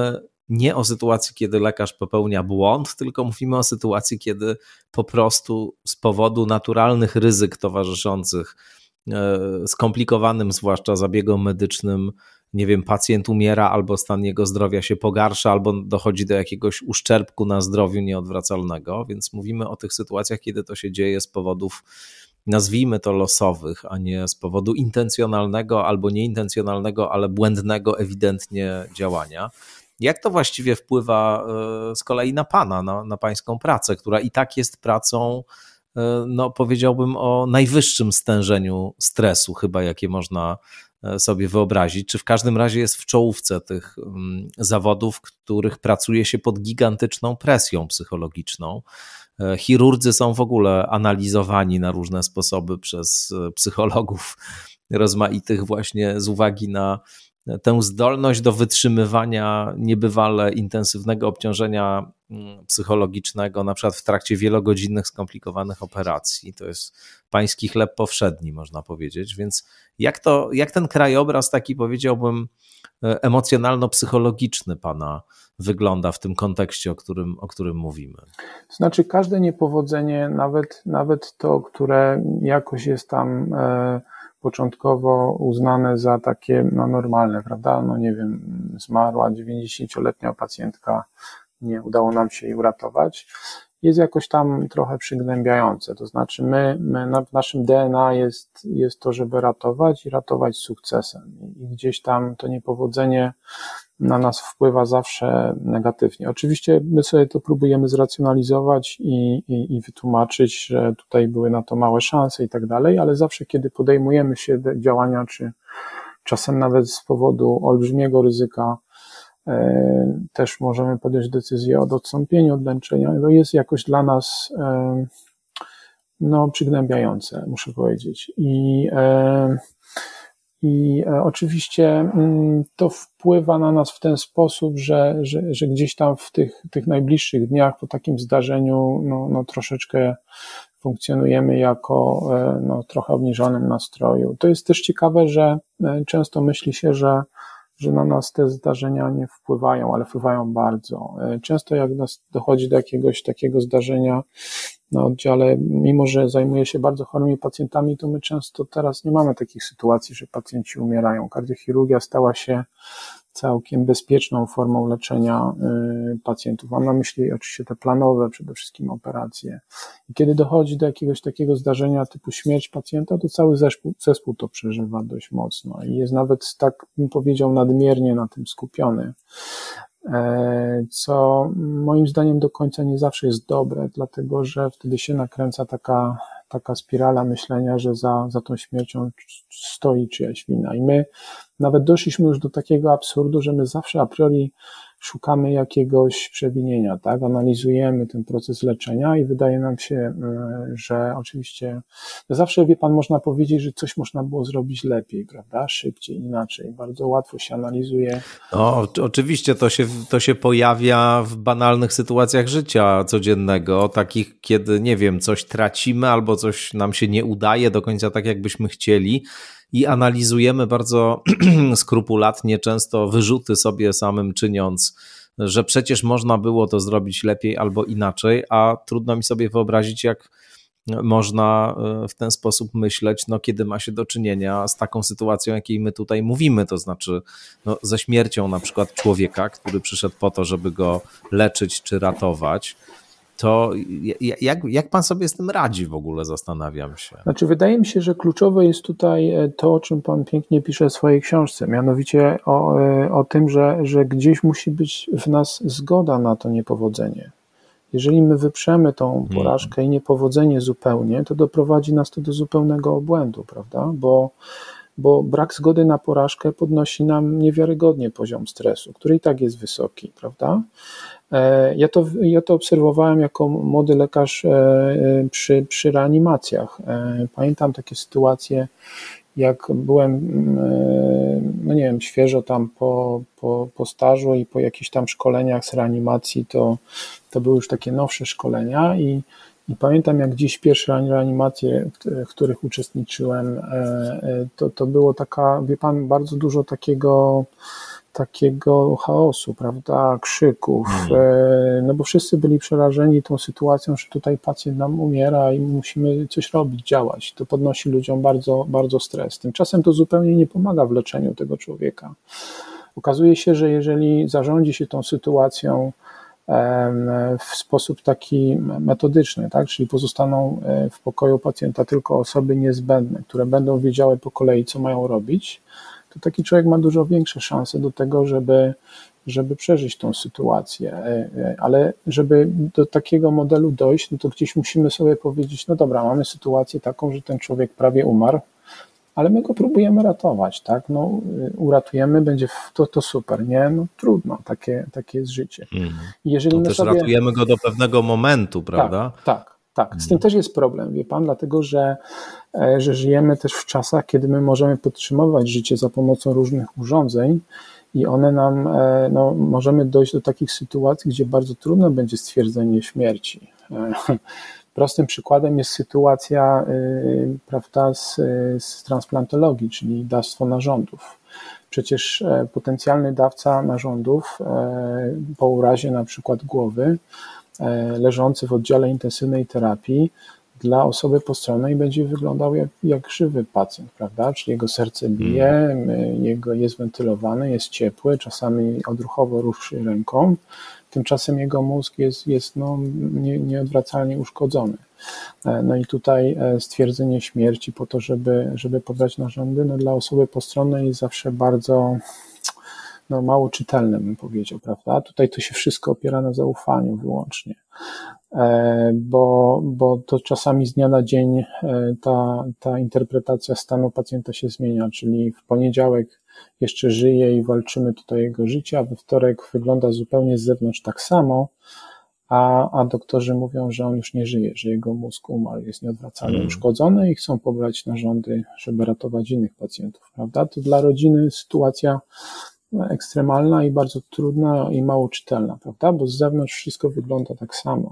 nie o sytuacji, kiedy lekarz popełnia błąd, tylko mówimy o sytuacji, kiedy po prostu z powodu naturalnych ryzyk towarzyszących skomplikowanym zwłaszcza zabiegom medycznym, nie wiem, pacjent umiera albo stan jego zdrowia się pogarsza, albo dochodzi do jakiegoś uszczerbku na zdrowiu nieodwracalnego, więc mówimy o tych sytuacjach, kiedy to się dzieje z powodów, nazwijmy to losowych, a nie z powodu intencjonalnego albo nieintencjonalnego, ale błędnego ewidentnie działania. Jak to właściwie wpływa z kolei na pana, na, na pańską pracę, która i tak jest pracą, no powiedziałbym, o najwyższym stężeniu stresu chyba, jakie można sobie wyobrazić, czy w każdym razie jest w czołówce tych zawodów, w których pracuje się pod gigantyczną presją psychologiczną. Chirurdzy są w ogóle analizowani na różne sposoby przez psychologów rozmaitych właśnie z uwagi na tę zdolność do wytrzymywania niebywale intensywnego obciążenia psychologicznego, na przykład w trakcie wielogodzinnych, skomplikowanych operacji. To jest pański chleb powszedni, można powiedzieć. Więc jak, to, jak ten krajobraz taki, powiedziałbym, emocjonalno-psychologiczny pana wygląda w tym kontekście, o którym, o którym mówimy? To znaczy każde niepowodzenie, nawet, nawet to, które jakoś jest tam e, początkowo uznane za takie no, normalne, prawda? No nie wiem, zmarła dziewięćdziesięcioletnia pacjentka, nie udało nam się jej uratować, jest jakoś tam trochę przygnębiające. To znaczy my, my w naszym D N A jest, jest to, żeby ratować i ratować z sukcesem. I gdzieś tam to niepowodzenie na nas wpływa zawsze negatywnie. Oczywiście my sobie to próbujemy zracjonalizować i, i, i wytłumaczyć, że tutaj były na to małe szanse i tak dalej, ale zawsze kiedy podejmujemy się działania, czy czasem nawet z powodu olbrzymiego ryzyka też możemy podjąć decyzję o odstąpieniu od leczenia, to jest jakoś dla nas no, przygnębiające, muszę powiedzieć. I, i oczywiście to wpływa na nas w ten sposób, że, że, że gdzieś tam w tych, tych najbliższych dniach po takim zdarzeniu no, no, troszeczkę funkcjonujemy jako no, trochę obniżonym nastroju. To jest też ciekawe, że często myśli się, że że na nas te zdarzenia nie wpływają, ale wpływają bardzo. Często jak nas dochodzi do jakiegoś takiego zdarzenia na oddziale, mimo że zajmuję się bardzo chorymi pacjentami, to my często teraz nie mamy takich sytuacji, że pacjenci umierają. Kardiochirurgia stała się całkiem bezpieczną formą leczenia pacjentów. Mam na myśli oczywiście te planowe przede wszystkim operacje. I kiedy dochodzi do jakiegoś takiego zdarzenia typu śmierć pacjenta, to cały zespół, zespół to przeżywa dość mocno i jest nawet, tak bym powiedział, nadmiernie na tym skupiony, co moim zdaniem do końca nie zawsze jest dobre, dlatego że wtedy się nakręca taka, taka spirala myślenia, że za, za tą śmiercią stoi czyjaś wina. I my nawet doszliśmy już do takiego absurdu, że my zawsze a priori szukamy jakiegoś przewinienia, tak? Analizujemy ten proces leczenia i wydaje nam się, że oczywiście zawsze, wie pan, można powiedzieć, że coś można było zrobić lepiej, prawda? Szybciej, inaczej. Bardzo łatwo się analizuje. No, oczywiście to się, to się pojawia w banalnych sytuacjach życia codziennego, takich, kiedy, nie wiem, coś tracimy albo coś nam się nie udaje do końca tak, jakbyśmy chcieli. I analizujemy bardzo skrupulatnie, często wyrzuty sobie samym czyniąc, że przecież można było to zrobić lepiej albo inaczej, a trudno mi sobie wyobrazić, jak można w ten sposób myśleć, no, kiedy ma się do czynienia z taką sytuacją, jakiej my tutaj mówimy, to znaczy no, ze śmiercią na przykład człowieka, który przyszedł po to, żeby go leczyć czy ratować. To jak, jak pan sobie z tym radzi w ogóle, zastanawiam się. Znaczy, wydaje mi się, że kluczowe jest tutaj to, o czym pan pięknie pisze w swojej książce, mianowicie o, o tym, że, że gdzieś musi być w nas zgoda na to niepowodzenie. Jeżeli my wyprzemy tą porażkę hmm. i niepowodzenie zupełnie, to doprowadzi nas to do zupełnego obłędu, prawda? Bo, bo brak zgody na porażkę podnosi nam niewiarygodnie poziom stresu, który i tak jest wysoki, prawda? Ja to, ja to obserwowałem jako młody lekarz przy, przy reanimacjach. Pamiętam takie sytuacje, jak byłem, no nie wiem, świeżo tam po, po, po stażu i po jakichś tam szkoleniach z reanimacji, to, to były już takie nowsze szkolenia i, i pamiętam, jak dziś pierwsze reanimacje, w których uczestniczyłem, to, to było taka, wie pan, bardzo dużo takiego takiego chaosu, prawda, krzyków, Hmm. no bo wszyscy byli przerażeni tą sytuacją, że tutaj pacjent nam umiera i musimy coś robić, działać. To podnosi ludziom bardzo, bardzo stres. Tymczasem to zupełnie nie pomaga w leczeniu tego człowieka. Okazuje się, że jeżeli zarządzi się tą sytuacją w sposób taki metodyczny, tak? Czyli pozostaną w pokoju pacjenta tylko osoby niezbędne, które będą wiedziały po kolei, co mają robić, to taki człowiek ma dużo większe szanse do tego, żeby, żeby przeżyć tą sytuację. Ale żeby do takiego modelu dojść, no to gdzieś musimy sobie powiedzieć, no dobra, mamy sytuację taką, że ten człowiek prawie umarł, ale my go próbujemy ratować, tak? No, uratujemy, będzie to, to super, nie? No trudno, takie, takie jest życie. Hmm. Jeżeli no my też sobie... ratujemy go do pewnego momentu, prawda? Tak, tak, tak. Z tym też jest problem, wie pan, dlatego że, że żyjemy też w czasach, kiedy my możemy podtrzymywać życie za pomocą różnych urządzeń i one nam, no, możemy dojść do takich sytuacji, gdzie bardzo trudno będzie stwierdzenie śmierci. Prostym przykładem jest sytuacja, prawda, z, z transplantologii, czyli dawstwo narządów. Przecież potencjalny dawca narządów po urazie na przykład głowy, leżący w oddziale intensywnej terapii, dla osoby postronnej będzie wyglądał jak, jak żywy pacjent, prawda? Czyli jego serce bije, jego jest wentylowany, jest ciepły, czasami odruchowo ruszy ręką, tymczasem jego mózg jest, jest no, nie, nieodwracalnie uszkodzony. No i tutaj stwierdzenie śmierci po to, żeby, żeby pobrać narządy, no dla osoby postronnej jest zawsze bardzo no, mało czytelne, bym powiedział, prawda? Tutaj to się wszystko opiera na zaufaniu wyłącznie. Bo, bo to czasami z dnia na dzień ta, ta interpretacja stanu pacjenta się zmienia, czyli w poniedziałek jeszcze żyje i walczymy tutaj jego życie, a we wtorek wygląda zupełnie z zewnątrz tak samo, a, a doktorzy mówią, że on już nie żyje, że jego mózg umarł, jest nieodwracalnie hmm. uszkodzony i chcą pobrać narządy, żeby ratować innych pacjentów, prawda? To dla rodziny sytuacja ekstremalna i bardzo trudna i mało czytelna, prawda? Bo z zewnątrz wszystko wygląda tak samo.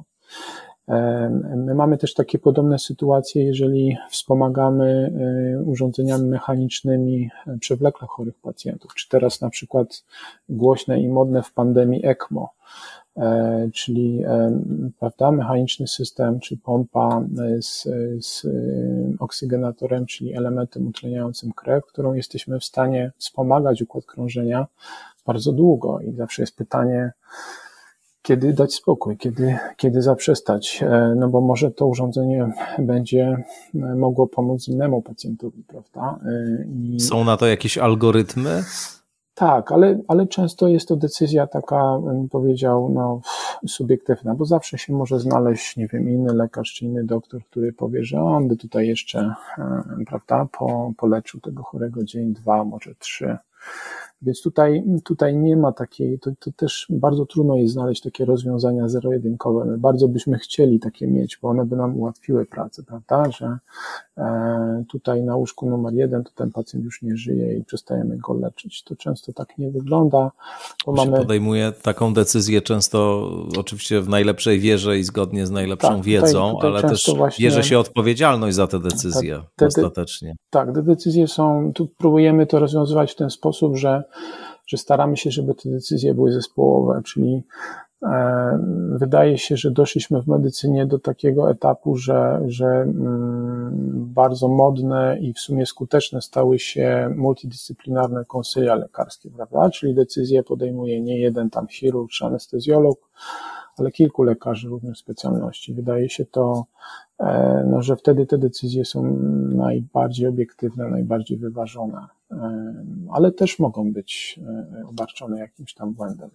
My mamy też takie podobne sytuacje, jeżeli wspomagamy urządzeniami mechanicznymi przewlekle chorych pacjentów, czy teraz na przykład głośne i modne w pandemii ECMO, czyli, prawda, mechaniczny system, czy pompa z, z oksygenatorem, czyli elementem utleniającym krew, którą jesteśmy w stanie wspomagać układ krążenia bardzo długo i zawsze jest pytanie, kiedy dać spokój, kiedy, kiedy zaprzestać, no bo może to urządzenie będzie mogło pomóc innemu pacjentowi, prawda? I... Są na to jakieś algorytmy? Tak, ale, ale często jest to decyzja taka, bym powiedział, no, subiektywna, bo zawsze się może znaleźć, nie wiem, inny lekarz czy inny doktor, który powie, że on by tutaj jeszcze, prawda, po, poleczył tego chorego dzień, dwa, może trzy. Więc tutaj, tutaj nie ma takiej, to, to też bardzo trudno jest znaleźć takie rozwiązania zero-jedynkowe. My bardzo byśmy chcieli takie mieć, bo one by nam ułatwiły pracę, prawda, że e, tutaj na łóżku numer jeden to ten pacjent już nie żyje i przestajemy go leczyć. To często tak nie wygląda. Bo mamy... się podejmuje taką decyzję często oczywiście w najlepszej wierze i zgodnie z najlepszą tak, wiedzą, tutaj, tutaj ale też właśnie... bierze się odpowiedzialność za te decyzje ta, te, ostatecznie. Tak, te decyzje są, tu próbujemy to rozwiązywać w ten sposób, że że staramy się, żeby te decyzje były zespołowe, czyli e, wydaje się, że doszliśmy w medycynie do takiego etapu, że, że mm, bardzo modne i w sumie skuteczne stały się multidyscyplinarne konsylia lekarskie, prawda? Czyli decyzje podejmuje nie jeden tam chirurg czy anestezjolog, ale kilku lekarzy różnych specjalności. Wydaje się to, e, no, że wtedy te decyzje są najbardziej obiektywne, najbardziej wyważone, e, ale też mogą być e, obarczone jakimś tam błędem.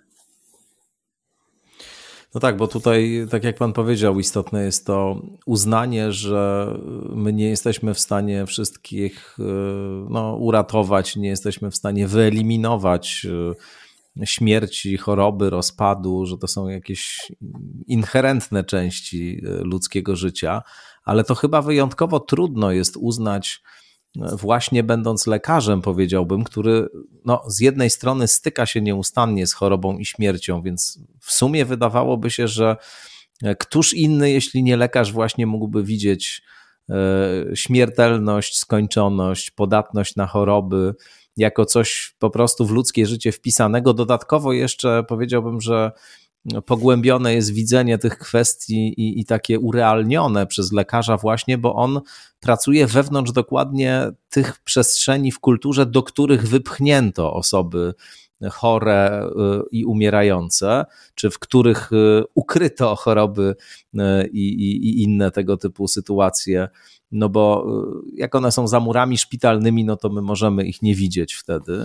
No tak, bo tutaj, tak jak pan powiedział, istotne jest to uznanie, że my nie jesteśmy w stanie wszystkich no, uratować, nie jesteśmy w stanie wyeliminować śmierci, choroby, rozpadu, że to są jakieś inherentne części ludzkiego życia, ale to chyba wyjątkowo trudno jest uznać, właśnie będąc lekarzem, powiedziałbym, który no, z jednej strony styka się nieustannie z chorobą i śmiercią, więc w sumie wydawałoby się, że któż inny, jeśli nie lekarz, właśnie mógłby widzieć śmiertelność, skończoność, podatność na choroby, jako coś po prostu w ludzkie życie wpisanego. Dodatkowo jeszcze powiedziałbym, że pogłębione jest widzenie tych kwestii i, i takie urealnione przez lekarza właśnie, bo on pracuje wewnątrz dokładnie tych przestrzeni w kulturze, do których wypchnięto osoby chore i umierające, czy w których ukryto choroby i, i, i inne tego typu sytuacje, no bo jak one są za murami szpitalnymi, no to my możemy ich nie widzieć wtedy.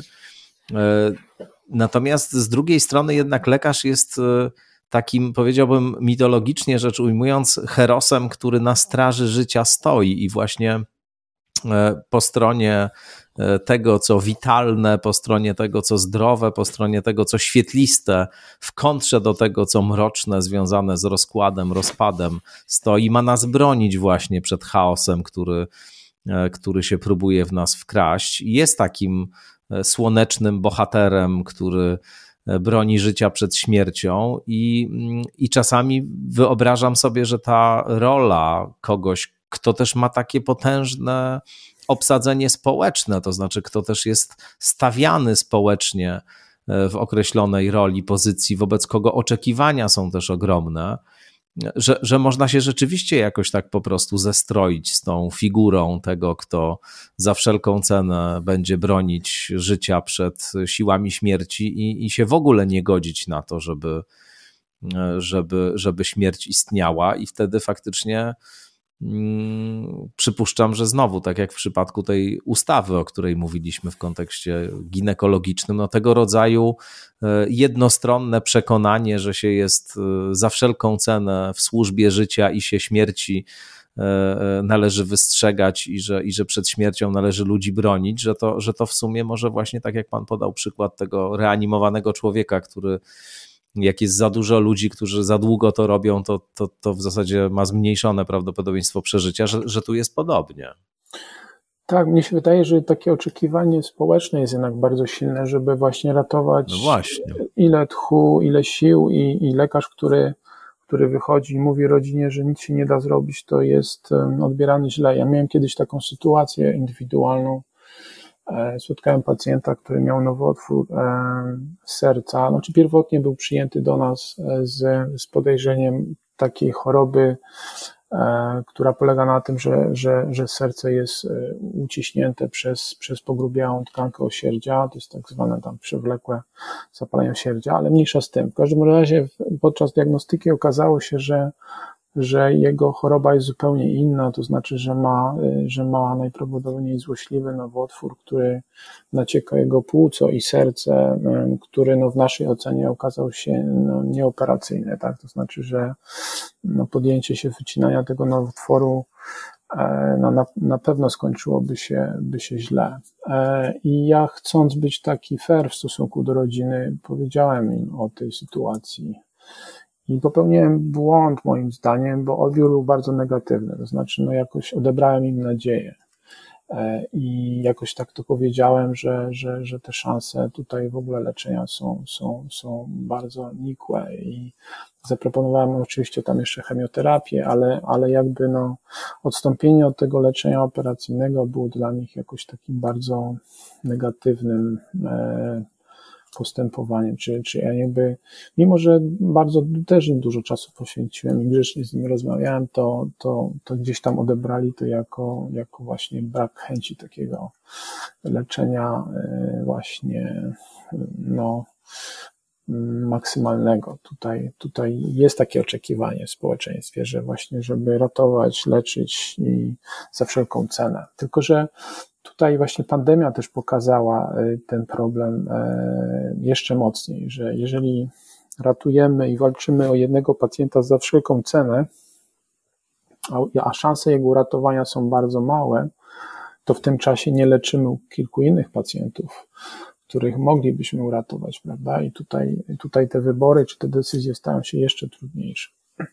Natomiast z drugiej strony jednak lekarz jest takim, powiedziałbym mitologicznie rzecz ujmując, herosem, który na straży życia stoi i właśnie po stronie tego, co witalne, po stronie tego, co zdrowe, po stronie tego, co świetliste, w kontrze do tego, co mroczne, związane z rozkładem, rozpadem stoi, ma nas bronić właśnie przed chaosem, który, który się próbuje w nas wkraść. Jest takim słonecznym bohaterem, który broni życia przed śmiercią i, i czasami wyobrażam sobie, że ta rola kogoś, kto też ma takie potężne obsadzenie społeczne, to znaczy kto też jest stawiany społecznie w określonej roli, pozycji, wobec kogo oczekiwania są też ogromne, że, że można się rzeczywiście jakoś tak po prostu zestroić z tą figurą tego, kto za wszelką cenę będzie bronić życia przed siłami śmierci i, i się w ogóle nie godzić na to, żeby, żeby, żeby śmierć istniała i wtedy faktycznie Hmm, przypuszczam, że znowu, tak jak w przypadku tej ustawy, o której mówiliśmy w kontekście ginekologicznym, no tego rodzaju jednostronne przekonanie, że się jest za wszelką cenę w służbie życia i się śmierci należy wystrzegać i że, i że przed śmiercią należy ludzi bronić, że to, że to w sumie może właśnie tak jak pan podał przykład tego reanimowanego człowieka, który jak jest za dużo ludzi, którzy za długo to robią, to, to, to w zasadzie ma zmniejszone prawdopodobieństwo przeżycia, że, że tu jest podobnie. Tak, mnie się wydaje, że takie oczekiwanie społeczne jest jednak bardzo silne, żeby właśnie ratować no właśnie. ile tchu, ile sił i, i lekarz, który, który wychodzi i mówi rodzinie, że nic się nie da zrobić, to jest odbierany źle. Ja miałem kiedyś taką sytuację indywidualną. Spotkałem pacjenta, który miał nowotwór serca. Znaczy pierwotnie był przyjęty do nas z, z podejrzeniem takiej choroby, która polega na tym, że, że, że serce jest uciśnięte przez, przez pogrubiałą tkankę osierdzia, to jest tak zwane tam przewlekłe zapalenie osierdzia, ale mniejsza z tym. W każdym razie podczas diagnostyki okazało się, że że jego choroba jest zupełnie inna, to znaczy, że ma, że ma najprawdopodobniej złośliwy nowotwór, który nacieka jego płuco i serce, który no w naszej ocenie okazał się no nieoperacyjny, tak? To znaczy, że no podjęcie się wycinania tego nowotworu no na, na pewno skończyłoby się, by się źle. I ja, chcąc być taki fair w stosunku do rodziny, powiedziałem im o tej sytuacji. I popełniłem błąd moim zdaniem, bo odbiór był bardzo negatywny, to znaczy no jakoś odebrałem im nadzieję i jakoś tak to powiedziałem, że, że, że te szanse tutaj w ogóle leczenia są, są, są bardzo nikłe i zaproponowałem oczywiście tam jeszcze chemioterapię, ale, ale jakby no odstąpienie od tego leczenia operacyjnego było dla nich jakoś takim bardzo negatywnym e, postępowaniem, czy, czy ja jakby, mimo że bardzo też im dużo czasu poświęciłem i grzecznie z nimi rozmawiałem, to, to, to gdzieś tam odebrali to jako, jako właśnie brak chęci takiego leczenia właśnie no maksymalnego. Tutaj, tutaj jest takie oczekiwanie w społeczeństwie, że właśnie, żeby ratować, leczyć i za wszelką cenę. Tylko że tutaj właśnie pandemia też pokazała ten problem jeszcze mocniej, że jeżeli ratujemy i walczymy o jednego pacjenta za wszelką cenę, a szanse jego uratowania są bardzo małe, to w tym czasie nie leczymy kilku innych pacjentów, których moglibyśmy uratować, prawda? I tutaj, tutaj te wybory czy te decyzje stają się jeszcze trudniejsze.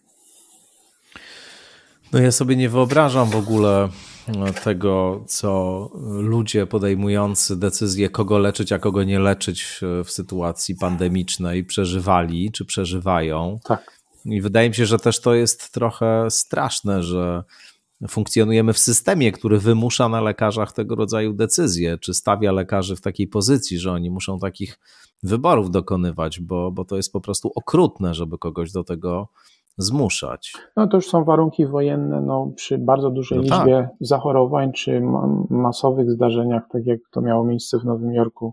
No ja sobie nie wyobrażam w ogóle tego, co ludzie podejmujący decyzję, kogo leczyć, a kogo nie leczyć w sytuacji pandemicznej przeżywali, czy przeżywają. Tak. I wydaje mi się, że też to jest trochę straszne, że funkcjonujemy w systemie, który wymusza na lekarzach tego rodzaju decyzje, czy stawia lekarzy w takiej pozycji, że oni muszą takich wyborów dokonywać, bo, bo to jest po prostu okrutne, żeby kogoś do tego zmuszać. No to już są warunki wojenne, no, przy bardzo dużej No liczbie tak. zachorowań, czy masowych zdarzeniach, tak jak to miało miejsce w Nowym Jorku,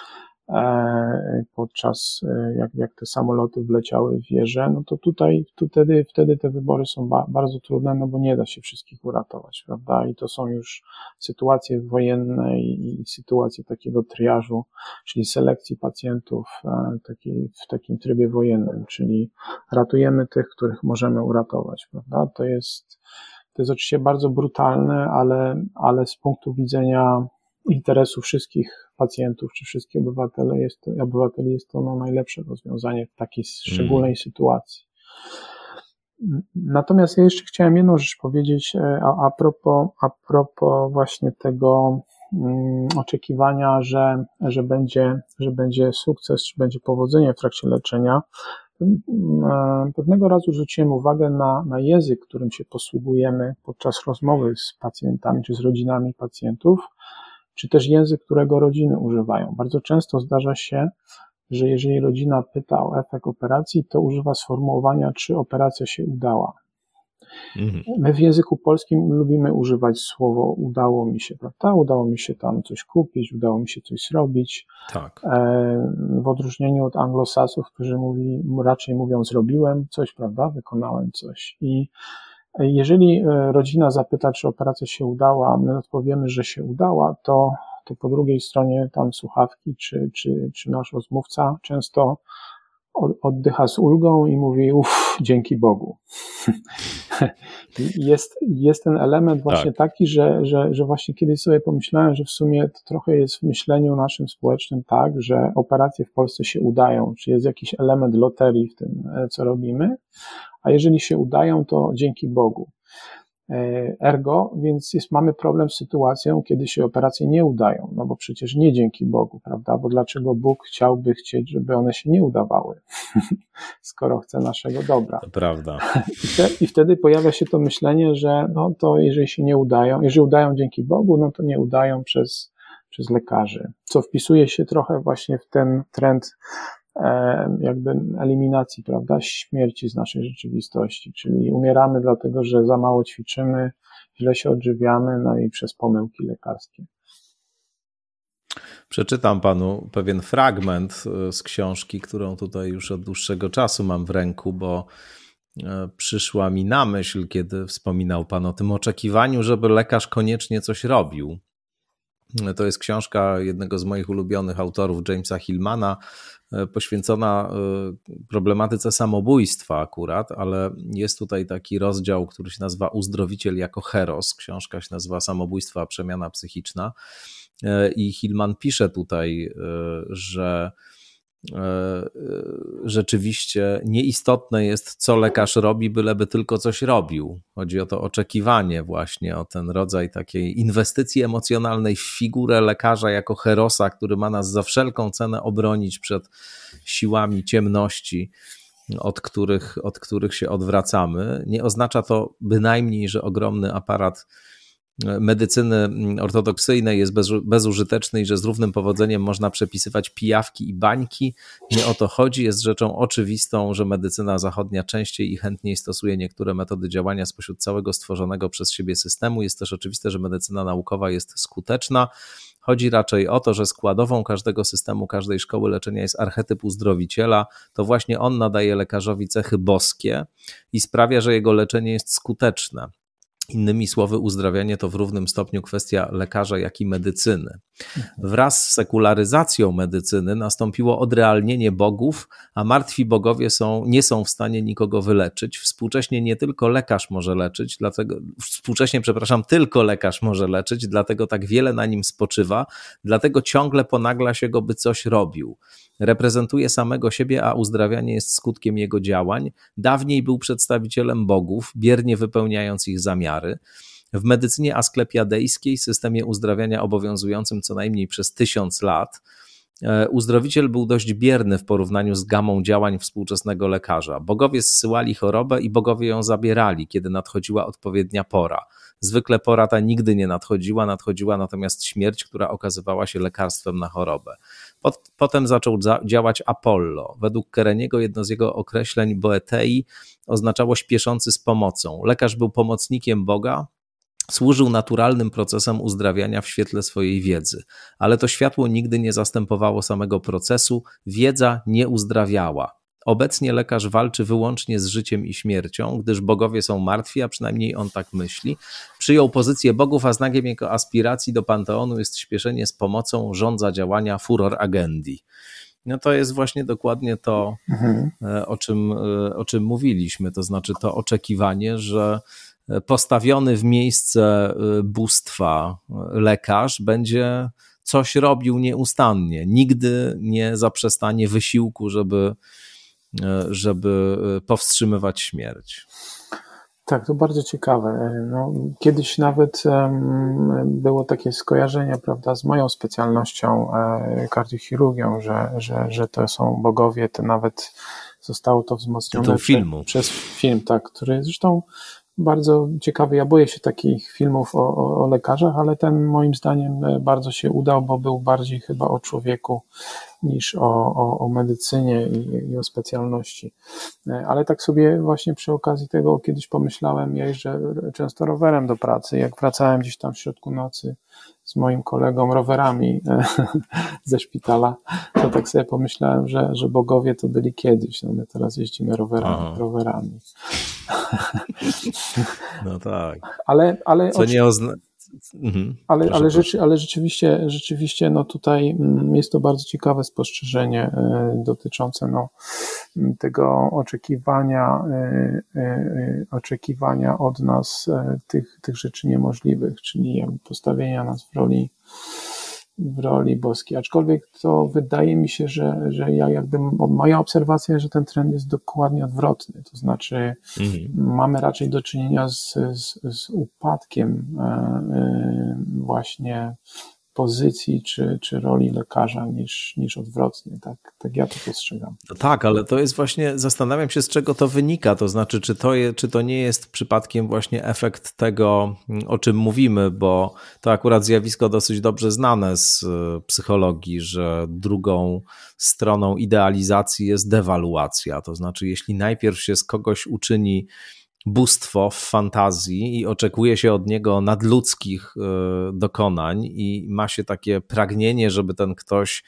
podczas jak, jak te samoloty wleciały w wieżę, no to tutaj to wtedy, wtedy te wybory są ba, bardzo trudne, no bo nie da się wszystkich uratować, prawda? I to są już sytuacje wojenne i, i sytuacje takiego triażu, czyli selekcji pacjentów takiej, w takim trybie wojennym, czyli ratujemy tych, których możemy uratować, prawda? To jest, to jest oczywiście bardzo brutalne, ale, ale z punktu widzenia interesu wszystkich pacjentów czy wszystkich obywateli jest to, obywateli jest to no, najlepsze rozwiązanie w takiej szczególnej mm. sytuacji. Natomiast ja jeszcze chciałem jedną rzecz powiedzieć a, a, propos, a propos właśnie tego um, oczekiwania, że, że, będzie, że będzie sukces, czy będzie powodzenie w trakcie leczenia. Pewnego razu zwróciłem uwagę na, na język, którym się posługujemy podczas rozmowy z pacjentami czy z rodzinami pacjentów, czy też język, którego rodziny używają. Bardzo często zdarza się, że jeżeli rodzina pyta o efekt operacji, to używa sformułowania, czy operacja się udała. Mhm. My w języku polskim lubimy używać słowo udało mi się, prawda? Udało mi się tam coś kupić, udało mi się coś zrobić. Tak. W odróżnieniu od anglosasów, którzy mówi, raczej mówią zrobiłem coś, prawda? Wykonałem coś. I jeżeli rodzina zapyta, czy operacja się udała, a my odpowiemy, że się udała, to, to po drugiej stronie tam słuchawki, czy, czy, czy nasz rozmówca często oddycha z ulgą i mówi uff, dzięki Bogu. Jest, jest ten element właśnie tak. taki, że, że, że właśnie kiedyś sobie pomyślałem, że w sumie to trochę jest w myśleniu naszym społecznym tak, że operacje w Polsce się udają, czy jest jakiś element loterii w tym, co robimy, a jeżeli się udają, to dzięki Bogu. Ergo, więc jest, mamy problem z sytuacją, kiedy się operacje nie udają, no bo przecież nie dzięki Bogu, prawda, bo dlaczego Bóg chciałby chcieć, żeby one się nie udawały, skoro chce naszego dobra. To prawda. I, te, I wtedy pojawia się to myślenie, że no to jeżeli się nie udają, jeżeli udają dzięki Bogu, no to nie udają przez, przez lekarzy, co wpisuje się trochę właśnie w ten trend jakby eliminacji, prawda, śmierci z naszej rzeczywistości, czyli umieramy dlatego, że za mało ćwiczymy, źle się odżywiamy, no i przez pomyłki lekarskie. Przeczytam panu pewien fragment z książki, którą tutaj już od dłuższego czasu mam w ręku, bo przyszła mi na myśl, kiedy wspominał pan o tym oczekiwaniu, żeby lekarz koniecznie coś robił. To jest książka jednego z moich ulubionych autorów, Jamesa Hillmana, poświęcona problematyce samobójstwa akurat, ale jest tutaj taki rozdział, który się nazywa Uzdrowiciel jako heros. Książka się nazywa Samobójstwo a przemiana psychiczna i Hillman pisze tutaj, że rzeczywiście nieistotne jest, co lekarz robi, byleby tylko coś robił. Chodzi o to oczekiwanie właśnie, o ten rodzaj takiej inwestycji emocjonalnej w figurę lekarza jako herosa, który ma nas za wszelką cenę obronić przed siłami ciemności, od których, od których się odwracamy. Nie oznacza to bynajmniej, że ogromny aparat medycyny ortodoksyjnej jest bez, bezużyteczny i że z równym powodzeniem można przepisywać pijawki i bańki. Nie o to chodzi. Jest rzeczą oczywistą, że medycyna zachodnia częściej i chętniej stosuje niektóre metody działania spośród całego stworzonego przez siebie systemu. Jest też oczywiste, że medycyna naukowa jest skuteczna. Chodzi raczej o to, że składową każdego systemu, każdej szkoły leczenia jest archetyp uzdrowiciela. To właśnie on nadaje lekarzowi cechy boskie i sprawia, że jego leczenie jest skuteczne. Innymi słowy, uzdrawianie to w równym stopniu kwestia lekarza, jak i medycyny. Wraz z sekularyzacją medycyny nastąpiło odrealnienie bogów, a martwi bogowie są, nie są w stanie nikogo wyleczyć. Współcześnie nie tylko lekarz może leczyć, dlatego, współcześnie, przepraszam, tylko lekarz może leczyć, dlatego tak wiele na nim spoczywa, dlatego ciągle ponagla się go, by coś robił. Reprezentuje samego siebie, a uzdrawianie jest skutkiem jego działań. Dawniej był przedstawicielem bogów, biernie wypełniając ich zamiary. W medycynie asklepiadejskiej, systemie uzdrawiania obowiązującym co najmniej przez tysiąc lat, uzdrowiciel był dość bierny w porównaniu z gamą działań współczesnego lekarza. Bogowie zsyłali chorobę i bogowie ją zabierali, kiedy nadchodziła odpowiednia pora. Zwykle pora ta nigdy nie nadchodziła, nadchodziła natomiast śmierć, która okazywała się lekarstwem na chorobę. Pot, potem zaczął za, działać Apollo. Według Kereniego jedno z jego określeń boetei oznaczało śpieszący z pomocą. Lekarz był pomocnikiem Boga, służył naturalnym procesom uzdrawiania w świetle swojej wiedzy, ale to światło nigdy nie zastępowało samego procesu, wiedza nie uzdrawiała. Obecnie lekarz walczy wyłącznie z życiem i śmiercią, gdyż bogowie są martwi, a przynajmniej on tak myśli. Przyjął pozycję bogów, a znakiem jego aspiracji do panteonu jest śpieszenie z pomocą, żądza działania, furor agendi. No to jest właśnie dokładnie to, mhm. o czym, o czym mówiliśmy, to znaczy to oczekiwanie, że postawiony w miejsce bóstwa lekarz będzie coś robił nieustannie, nigdy nie zaprzestanie wysiłku, żeby, żeby powstrzymywać śmierć. Tak, to bardzo ciekawe. No, kiedyś nawet um, było takie skojarzenie, prawda, z moją specjalnością, e, kardiochirurgią, że, że, że to są bogowie, to nawet zostało to wzmocnione filmu. Przez, przez film, tak, który zresztą bardzo ciekawy. Ja boję się takich filmów o, o, o lekarzach, ale ten moim zdaniem bardzo się udał, bo był bardziej chyba o człowieku niż o, o, o medycynie i, i o specjalności. Ale tak sobie właśnie przy okazji tego kiedyś pomyślałem, ja jeżdżę często rowerem do pracy, jak wracałem gdzieś tam w środku nocy z moim kolegą rowerami ze szpitala, to tak sobie pomyślałem, że, że bogowie to byli kiedyś, no my teraz jeździmy rowerami. rowerami. No tak. Ale, ale Co nie oznacza. Mhm. Ale, proszę, ale, rzeczy, ale rzeczywiście, rzeczywiście no tutaj jest to bardzo ciekawe spostrzeżenie dotyczące no tego oczekiwania, oczekiwania od nas tych, tych rzeczy niemożliwych, czyli postawienia nas w roli w roli boskiej, aczkolwiek to wydaje mi się, że, że ja jakby, moja obserwacja, że ten trend jest dokładnie odwrotny, to znaczy mhm. mamy raczej do czynienia z, z, z upadkiem właśnie pozycji czy, czy roli lekarza niż, niż odwrotnie, tak, tak ja to postrzegam. No tak, ale to jest właśnie, zastanawiam się, z czego to wynika, to znaczy, czy to, je, czy to nie jest przypadkiem właśnie efekt tego, o czym mówimy, bo to akurat zjawisko dosyć dobrze znane z psychologii, że drugą stroną idealizacji jest dewaluacja, to znaczy, jeśli najpierw się z kogoś uczyni bóstwo w fantazji i oczekuje się od niego nadludzkich dokonań i ma się takie pragnienie, żeby ten ktoś,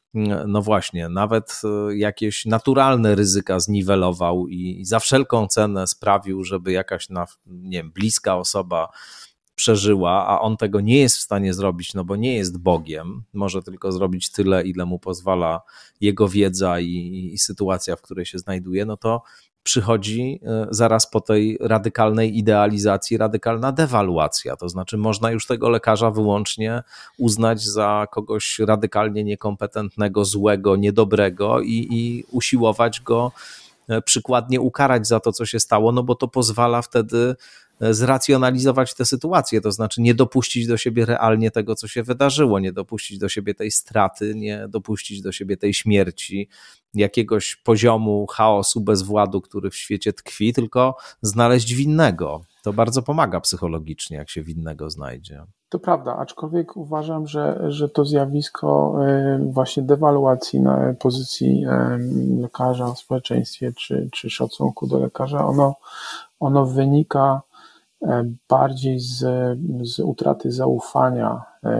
no właśnie, nawet jakieś naturalne ryzyka zniwelował i za wszelką cenę sprawił, żeby jakaś, nie wiem, bliska osoba przeżyła, a on tego nie jest w stanie zrobić, no bo nie jest Bogiem, może tylko zrobić tyle, ile mu pozwala jego wiedza i, i sytuacja, w której się znajduje, no to przychodzi zaraz po tej radykalnej idealizacji radykalna dewaluacja, to znaczy można już tego lekarza wyłącznie uznać za kogoś radykalnie niekompetentnego, złego, niedobrego i, i usiłować go przykładnie ukarać za to, co się stało, no bo to pozwala wtedy zracjonalizować tę sytuację, to znaczy nie dopuścić do siebie realnie tego, co się wydarzyło, nie dopuścić do siebie tej straty, nie dopuścić do siebie tej śmierci, jakiegoś poziomu chaosu, bezwładu, który w świecie tkwi, tylko znaleźć winnego. To bardzo pomaga psychologicznie, jak się winnego znajdzie. To prawda, aczkolwiek uważam, że, że to zjawisko właśnie dewaluacji na pozycji lekarza w społeczeństwie czy, czy szacunku do lekarza, ono, ono wynika bardziej z, z utraty zaufania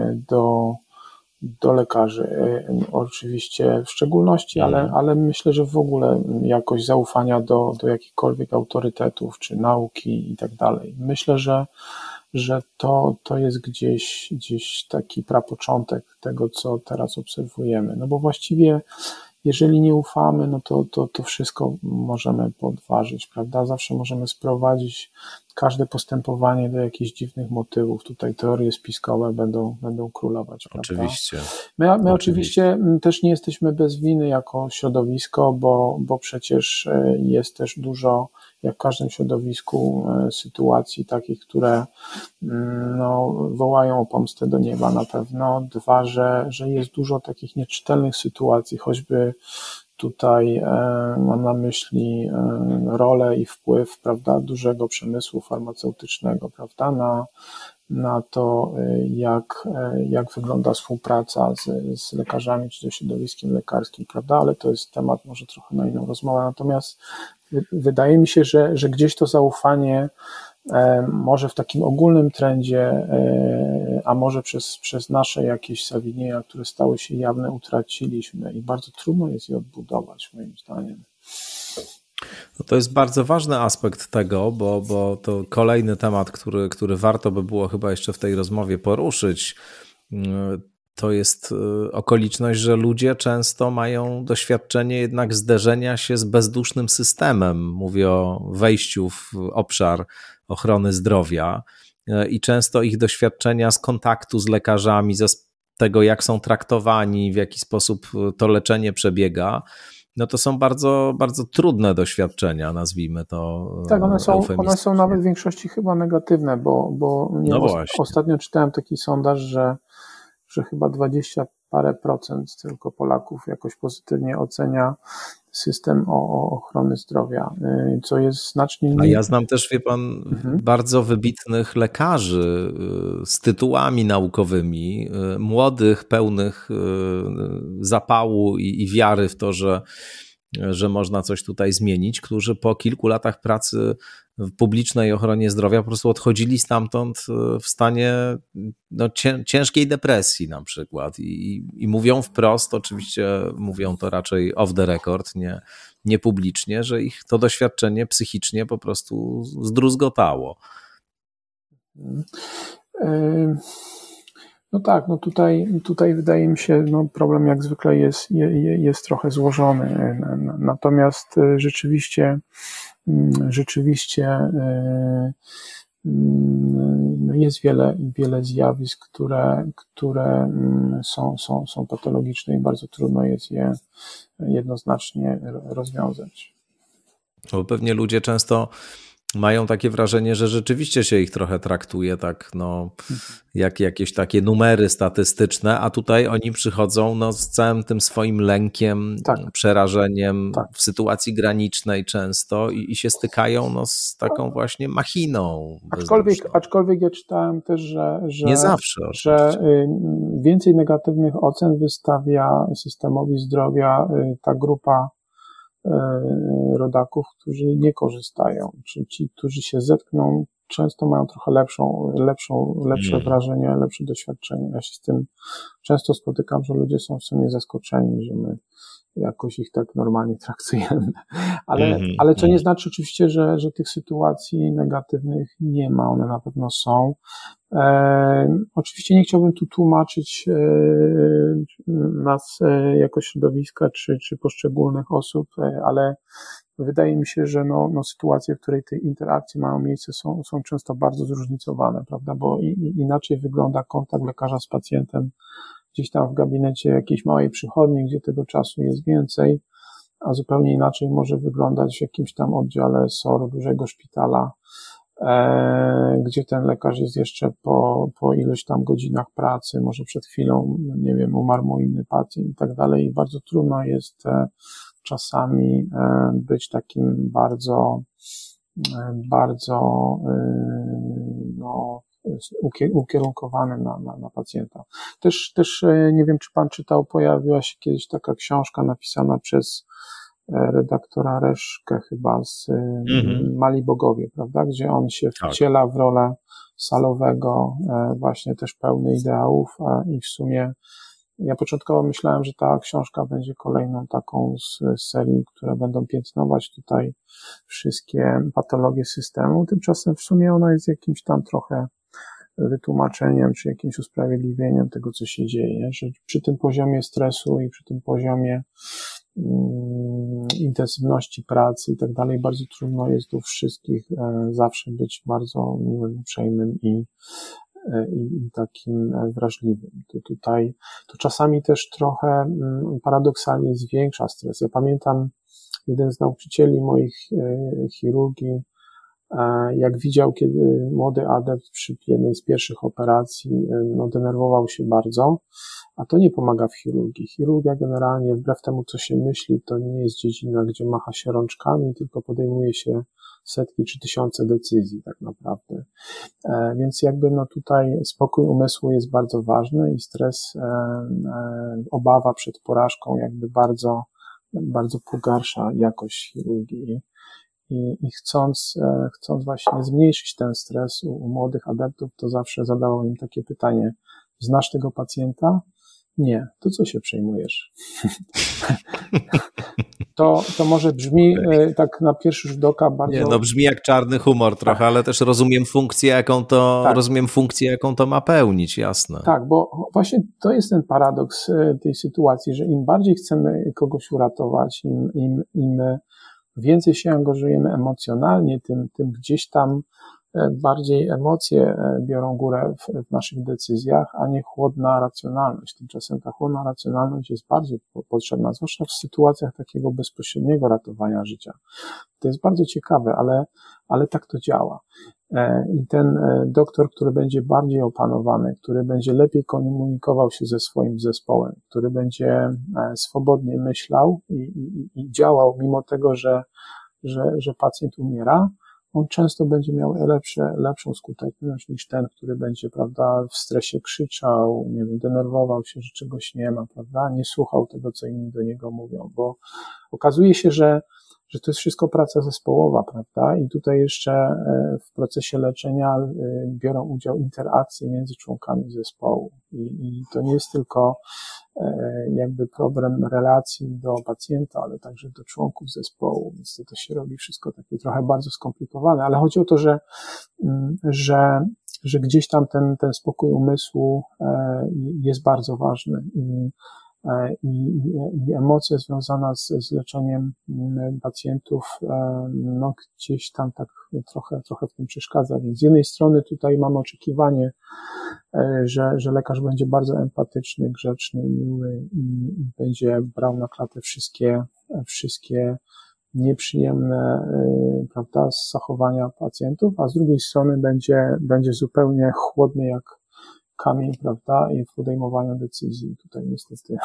do, do lekarzy. Oczywiście w szczególności, ale, ale myślę, że w ogóle jakość zaufania do, do jakichkolwiek autorytetów czy nauki i tak dalej. Myślę, że, że to, to jest gdzieś, gdzieś taki prapoczątek tego, co teraz obserwujemy. No bo właściwie jeżeli nie ufamy, no to, to, to wszystko możemy podważyć, prawda? Zawsze możemy sprowadzić każde postępowanie do jakichś dziwnych motywów. Tutaj teorie spiskowe będą, będą królować. Oczywiście. My, my oczywiście. oczywiście też nie jesteśmy bez winy jako środowisko, bo, bo przecież jest też dużo, jak w każdym środowisku, sytuacji takich, które no, wołają o pomstę do nieba na pewno. Dwa, że, że jest dużo takich nieczytelnych sytuacji, choćby tutaj e, mam na myśli e, rolę i wpływ, prawda, dużego przemysłu farmaceutycznego, prawda, na, na to, jak, jak wygląda współpraca z, z lekarzami czy ze środowiskiem lekarskim, prawda, ale to jest temat może trochę na inną rozmowę. Natomiast wydaje mi się, że, że gdzieś to zaufanie może w takim ogólnym trendzie, a może przez, przez nasze jakieś zawinienia, które stały się jawne, utraciliśmy i bardzo trudno jest je odbudować, moim zdaniem. No to jest bardzo ważny aspekt tego, bo, bo to kolejny temat, który, który warto by było chyba jeszcze w tej rozmowie poruszyć. To jest okoliczność, że ludzie często mają doświadczenie jednak zderzenia się z bezdusznym systemem. Mówię o wejściu w obszar ochrony zdrowia i często ich doświadczenia z kontaktu z lekarzami, z tego jak są traktowani, w jaki sposób to leczenie przebiega, no to są bardzo, bardzo trudne doświadczenia, nazwijmy to. Tak, one są, one są nawet w większości chyba negatywne, bo, bo nie no wiem, ostatnio czytałem taki sondaż, że, że chyba dwadzieścia parę procent tylko Polaków jakoś pozytywnie ocenia system o, o ochrony zdrowia, co jest znacznie mniej. A ja znam też, wie pan, mhm. bardzo wybitnych lekarzy z tytułami naukowymi, młodych, pełnych zapału i, i wiary w to, że, że można coś tutaj zmienić, którzy po kilku latach pracy w publicznej ochronie zdrowia po prostu odchodzili stamtąd w stanie no, ciężkiej depresji na przykład i, i mówią wprost, oczywiście mówią to raczej off the record, nie, nie publicznie, że ich to doświadczenie psychicznie po prostu zdruzgotało. No tak, no tutaj, tutaj wydaje mi się, no problem jak zwykle jest, jest trochę złożony, natomiast rzeczywiście rzeczywiście jest wiele, wiele zjawisk, które, które są, są, są patologiczne i bardzo trudno jest je jednoznacznie rozwiązać. Bo pewnie ludzie często mają takie wrażenie, że rzeczywiście się ich trochę traktuje tak, no, jak jakieś takie numery statystyczne, a tutaj oni przychodzą no, z całym tym swoim lękiem, tak. przerażeniem tak. w sytuacji granicznej często i, i się stykają no, z taką właśnie machiną. Aczkolwiek, aczkolwiek ja czytałem też, że, że, Nie zawsze, że więcej negatywnych ocen wystawia systemowi zdrowia ta grupa rodaków, którzy nie korzystają, czy ci, którzy się zetkną, często mają trochę lepszą, lepszą, lepsze mm. wrażenie, lepsze doświadczenie. Ja się z tym często spotykam, że ludzie są w sumie zaskoczeni, że my jakoś ich tak normalnie traktujemy. Ale, mm. ale to nie znaczy oczywiście, że, że tych sytuacji negatywnych nie ma, one na pewno są. E, oczywiście nie chciałbym tu tłumaczyć e, nas e, jako środowiska czy, czy poszczególnych osób, e, ale wydaje mi się, że no, no sytuacje, w której te interakcje mają miejsce, są, są często bardzo zróżnicowane, prawda, bo i, i inaczej wygląda kontakt lekarza z pacjentem gdzieś tam w gabinecie jakiejś małej przychodni, gdzie tego czasu jest więcej, a zupełnie inaczej może wyglądać w jakimś tam oddziale S O R dużego szpitala, e, gdzie ten lekarz jest jeszcze po, po iluś tam godzinach pracy, może przed chwilą, nie wiem, umarł mu inny pacjent i tak dalej i bardzo trudno jest e, czasami e, być takim bardzo, e, bardzo e, no, ukierunkowanym na, na, na pacjenta. Też, też nie wiem, czy pan czytał, pojawiła się kiedyś taka książka napisana przez redaktora Reszkę chyba z mm-hmm. Mali Bogowie, prawda, gdzie on się wciela w rolę salowego, właśnie też pełny ideałów i w sumie ja początkowo myślałem, że ta książka będzie kolejną taką z serii, które będą piętnować tutaj wszystkie patologie systemu, tymczasem w sumie ona jest jakimś tam trochę wytłumaczeniem, czy jakimś usprawiedliwieniem tego, co się dzieje, że przy tym poziomie stresu i przy tym poziomie intensywności pracy i tak dalej, bardzo trudno jest do wszystkich zawsze być bardzo miłym, uprzejmym i, i, i takim wrażliwym. To tutaj, to czasami też trochę paradoksalnie zwiększa stres. Ja pamiętam, jeden z nauczycieli moich chirurgii, jak widział, kiedy młody adept przy jednej z pierwszych operacji no, denerwował się bardzo, a to nie pomaga w chirurgii. Chirurgia generalnie, wbrew temu, co się myśli, to nie jest dziedzina, gdzie macha się rączkami, tylko podejmuje się setki czy tysiące decyzji tak naprawdę. E, więc jakby no tutaj spokój umysłu jest bardzo ważny i stres, e, e, obawa przed porażką jakby bardzo, bardzo pogarsza jakość chirurgii. I, i chcąc, e, chcąc właśnie zmniejszyć ten stres u, u młodych adeptów, to zawsze zadałem im takie pytanie: znasz tego pacjenta? Nie. To co się przejmujesz? To, to może brzmi e, tak na pierwszy rzut oka bardzo... Nie, no brzmi jak czarny humor trochę, tak. Ale też rozumiem funkcję, jaką to, tak. rozumiem funkcję, jaką to ma pełnić, jasne. Tak, bo właśnie to jest ten paradoks tej sytuacji, że im bardziej chcemy kogoś uratować, im, im, im więcej się angażujemy emocjonalnie, tym, tym gdzieś tam bardziej emocje biorą górę w, w naszych decyzjach, a nie chłodna racjonalność. Tymczasem ta chłodna racjonalność jest bardziej potrzebna, zwłaszcza w sytuacjach takiego bezpośredniego ratowania życia. To jest bardzo ciekawe, ale, ale tak to działa. I ten doktor, który będzie bardziej opanowany, który będzie lepiej komunikował się ze swoim zespołem, który będzie swobodnie myślał i, i, i działał mimo tego, że, że, że pacjent umiera, on często będzie miał lepsze, lepszą skuteczność niż ten, który będzie, prawda, w stresie krzyczał, nie wiem, denerwował się, że czegoś nie ma, prawda, nie słuchał tego, co inni do niego mówią, bo okazuje się, że że to jest wszystko praca zespołowa, prawda? I tutaj jeszcze w procesie leczenia biorą udział interakcje między członkami zespołu. I, i to nie jest tylko jakby problem relacji do pacjenta, ale także do członków zespołu, więc to, to się robi wszystko takie trochę bardzo skomplikowane, ale chodzi o to, że, że, że gdzieś tam ten, ten spokój umysłu jest bardzo ważny i I, i emocja związana z, z leczeniem pacjentów, no gdzieś tam tak trochę, trochę w tym przeszkadza. Więc z jednej strony tutaj mamy oczekiwanie, że, że lekarz będzie bardzo empatyczny, grzeczny, miły i, i będzie brał na klatę wszystkie, wszystkie nieprzyjemne, prawda, z zachowania pacjentów, a z drugiej strony będzie, będzie zupełnie chłodny jak kamień, prawda, i w podejmowaniu decyzji. Tutaj niestety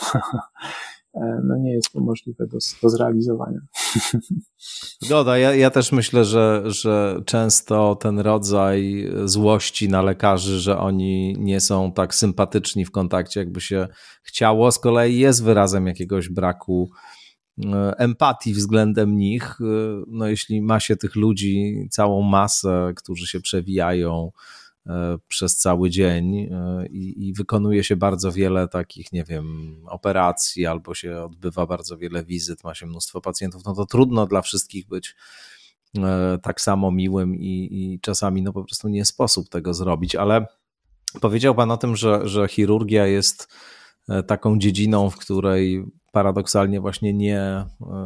no nie jest to możliwe do, do zrealizowania. Zgoda, ja, ja też myślę, że, że często ten rodzaj złości na lekarzy, że oni nie są tak sympatyczni w kontakcie, jakby się chciało, z kolei jest wyrazem jakiegoś braku empatii względem nich. No jeśli ma się tych ludzi, całą masę, którzy się przewijają przez cały dzień i, i wykonuje się bardzo wiele takich, nie wiem, operacji albo się odbywa bardzo wiele wizyt, ma się mnóstwo pacjentów, no to trudno dla wszystkich być tak samo miłym i, i czasami no po prostu nie sposób tego zrobić, ale powiedział Pan o tym, że, że chirurgia jest taką dziedziną, w której paradoksalnie właśnie nie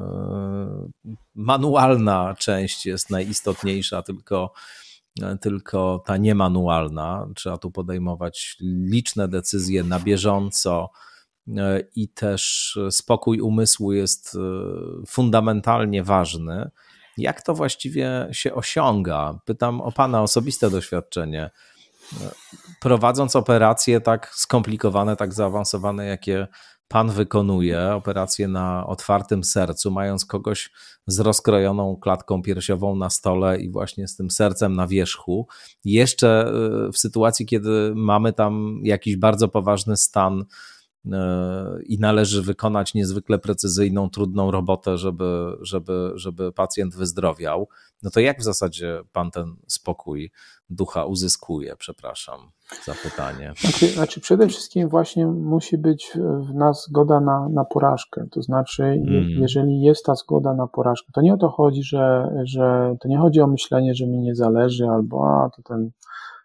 manualna część jest najistotniejsza, tylko tylko ta niemanualna. Trzeba tu podejmować liczne decyzje na bieżąco i też spokój umysłu jest fundamentalnie ważny. Jak to właściwie się osiąga? Pytam o Pana osobiste doświadczenie. Prowadząc operacje tak skomplikowane, tak zaawansowane, jakie Pan wykonuje, operacje na otwartym sercu, mając kogoś z rozkrojoną klatką piersiową na stole i właśnie z tym sercem na wierzchu, jeszcze w sytuacji, kiedy mamy tam jakiś bardzo poważny stan i należy wykonać niezwykle precyzyjną, trudną robotę, żeby, żeby, żeby pacjent wyzdrowiał, no to jak w zasadzie Pan ten spokój ducha uzyskuje? Przepraszam za pytanie. Znaczy, znaczy przede wszystkim właśnie musi być w nas zgoda na, na porażkę. To znaczy, mm. jeżeli jest ta zgoda na porażkę, to nie o to chodzi, że, że to nie chodzi o myślenie, że mi nie zależy, albo a to ten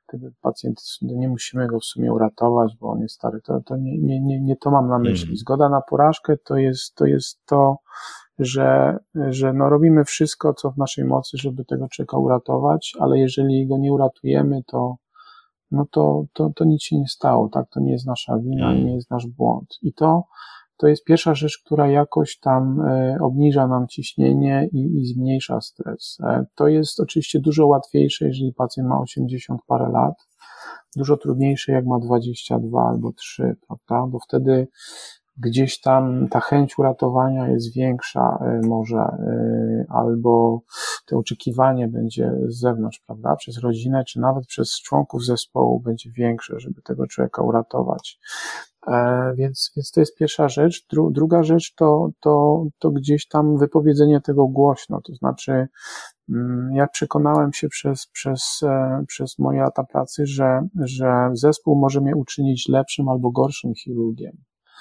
gdyby pacjent, nie musimy go w sumie uratować, bo on jest stary, to, to nie, nie, nie, nie to mam na myśli. Zgoda na porażkę to jest to, jest to że, że no robimy wszystko, co w naszej mocy, żeby tego człowieka uratować, ale jeżeli go nie uratujemy, to no to, to, to nic się nie stało, tak? To nie jest nasza wina, nie jest nasz błąd. I to, to jest pierwsza rzecz, która jakoś tam e, obniża nam ciśnienie i, i zmniejsza stres. E, to jest oczywiście dużo łatwiejsze, jeżeli pacjent ma osiemdziesiąt parę lat, dużo trudniejsze, jak ma dwadzieścia dwa albo trzy, prawda? Bo wtedy gdzieś tam ta chęć uratowania jest większa może, albo to oczekiwanie będzie z zewnątrz, prawda, przez rodzinę, czy nawet przez członków zespołu będzie większe, żeby tego człowieka uratować. Więc, więc to jest pierwsza rzecz. Dru, druga rzecz to, to, to gdzieś tam wypowiedzenie tego głośno, to znaczy ja przekonałem się przez, przez, przez moje lata pracy, że, że zespół może mnie uczynić lepszym albo gorszym chirurgiem.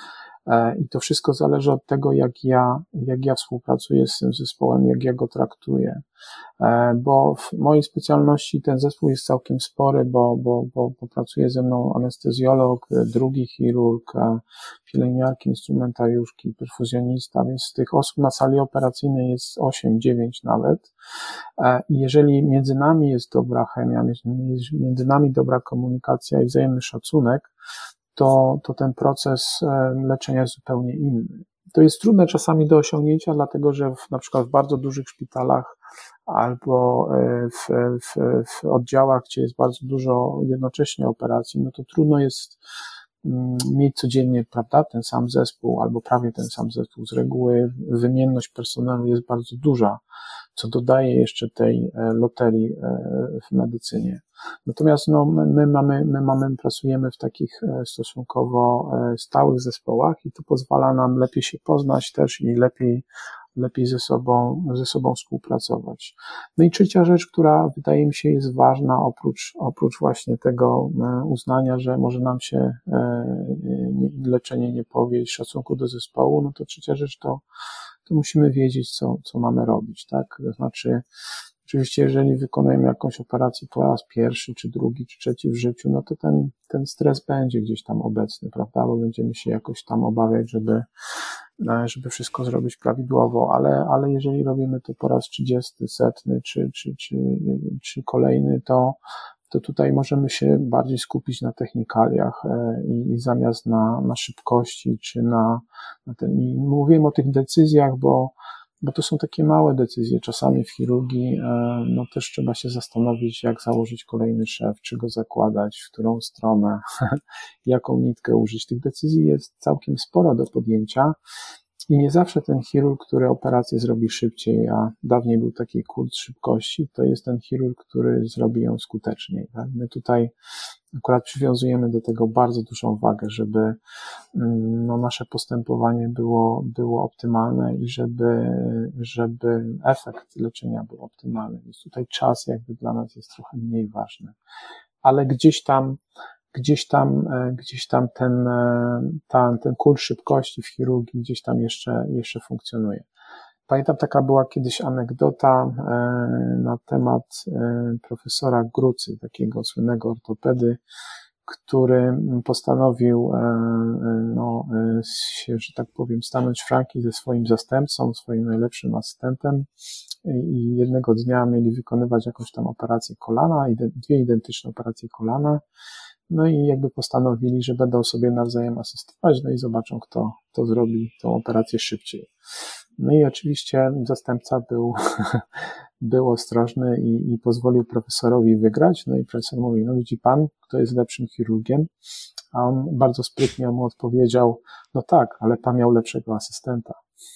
I to wszystko zależy od tego, jak ja, jak ja współpracuję z tym zespołem, jak ja go traktuję. Bo w mojej specjalności ten zespół jest całkiem spory, bo, bo, bo, bo pracuje ze mną anestezjolog, drugi chirurg, pielęgniarki, instrumentariuszki, perfuzjonista, więc z tych osób na sali operacyjnej jest osiem, dziewięć nawet. I jeżeli między nami jest dobra chemia, między nami dobra komunikacja i wzajemny szacunek, to, to ten proces leczenia jest zupełnie inny. To jest trudne czasami do osiągnięcia, dlatego że w, na przykład w bardzo dużych szpitalach albo w, w, w oddziałach, gdzie jest bardzo dużo jednocześnie operacji, no to trudno jest mieć codziennie, prawda, ten sam zespół albo prawie ten sam zespół. Z reguły wymienność personelu jest bardzo duża, co dodaje jeszcze tej loterii w medycynie. Natomiast no, my mamy, my mamy, pracujemy w takich stosunkowo stałych zespołach i to pozwala nam lepiej się poznać też i lepiej, lepiej ze sobą, ze sobą współpracować. No i trzecia rzecz, która wydaje mi się jest ważna, oprócz, oprócz właśnie tego uznania, że może nam się leczenie nie powieść, szacunku do zespołu, no to trzecia rzecz to, to musimy wiedzieć, co, co mamy robić, tak? To znaczy, oczywiście, jeżeli wykonujemy jakąś operację po raz pierwszy, czy drugi, czy trzeci w życiu, no to ten, ten stres będzie gdzieś tam obecny, prawda? Bo będziemy się jakoś tam obawiać, żeby, żeby wszystko zrobić prawidłowo, ale, ale jeżeli robimy to po raz trzydziesty, setny, czy, czy, czy, czy kolejny, to, to tutaj możemy się bardziej skupić na technikaliach i, i zamiast na, na szybkości, czy na, na ten, i mówiłem o tych decyzjach, bo Bo to są takie małe decyzje. Czasami w chirurgii no też trzeba się zastanowić, jak założyć kolejny szef, czy go zakładać, w którą stronę, jaką nitkę użyć. Tych decyzji jest całkiem sporo do podjęcia i nie zawsze ten chirurg, który operację zrobi szybciej, a dawniej był taki kult szybkości, to jest ten chirurg, który zrobi ją skuteczniej. Tak? My tutaj akurat przywiązujemy do tego bardzo dużą wagę, żeby no, nasze postępowanie było, było optymalne i żeby, żeby efekt leczenia był optymalny. Więc tutaj czas jakby dla nas jest trochę mniej ważny. Ale gdzieś tam, gdzieś tam, gdzieś tam ten, ta, ten kult szybkości w chirurgii gdzieś tam jeszcze, jeszcze funkcjonuje. Pamiętam, taka była kiedyś anegdota na temat profesora Grucy, takiego słynnego ortopedy, który postanowił, no, się, że tak powiem, stanąć w szranki ze swoim zastępcą, swoim najlepszym asystentem i jednego dnia mieli wykonywać jakąś tam operację kolana, dwie identyczne operacje kolana, no i jakby postanowili, że będą sobie nawzajem asystować, no i zobaczą, kto, kto zrobi tą operację szybciej. No i oczywiście zastępca był, był ostrożny i, i pozwolił profesorowi wygrać. No i profesor mówi, no widzi pan, kto jest lepszym chirurgiem? A on bardzo sprytnie mu odpowiedział, no tak, ale pan miał lepszego asystenta.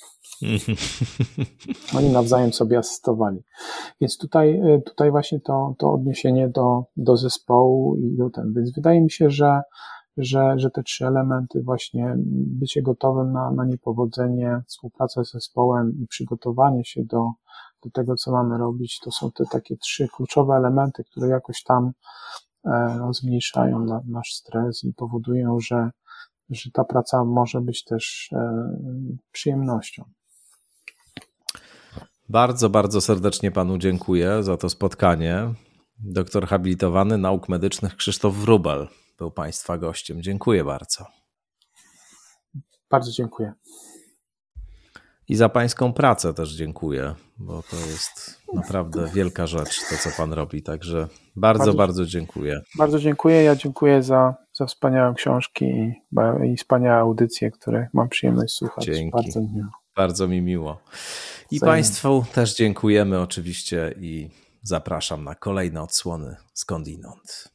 Oni nawzajem sobie asystowali. Więc tutaj, tutaj właśnie to, to odniesienie do, do zespołu i do ten. Więc wydaje mi się, że Że, że te trzy elementy, właśnie bycie gotowym na, na niepowodzenie, współpraca z zespołem i przygotowanie się do, do tego, co mamy robić, to są te takie trzy kluczowe elementy, które jakoś tam e, no, zmniejszają na, nasz stres i powodują, że, że ta praca może być też e, przyjemnością. Bardzo, bardzo serdecznie panu dziękuję za to spotkanie. Doktor habilitowany nauk medycznych Krzysztof Wróbel był Państwa gościem. Dziękuję bardzo. Bardzo dziękuję. I za Pańską pracę też dziękuję, bo to jest naprawdę wielka rzecz, to co Pan robi. Także bardzo, bardzo, bardzo dziękuję. Bardzo dziękuję. Ja dziękuję za, za wspaniałe książki i, i wspaniałe audycje, które mam przyjemność słuchać. Dzięki. Bardzo mi miło. Bardzo mi miło. I Zajmę. Państwu też dziękujemy oczywiście i zapraszam na kolejne odsłony Skądinąd.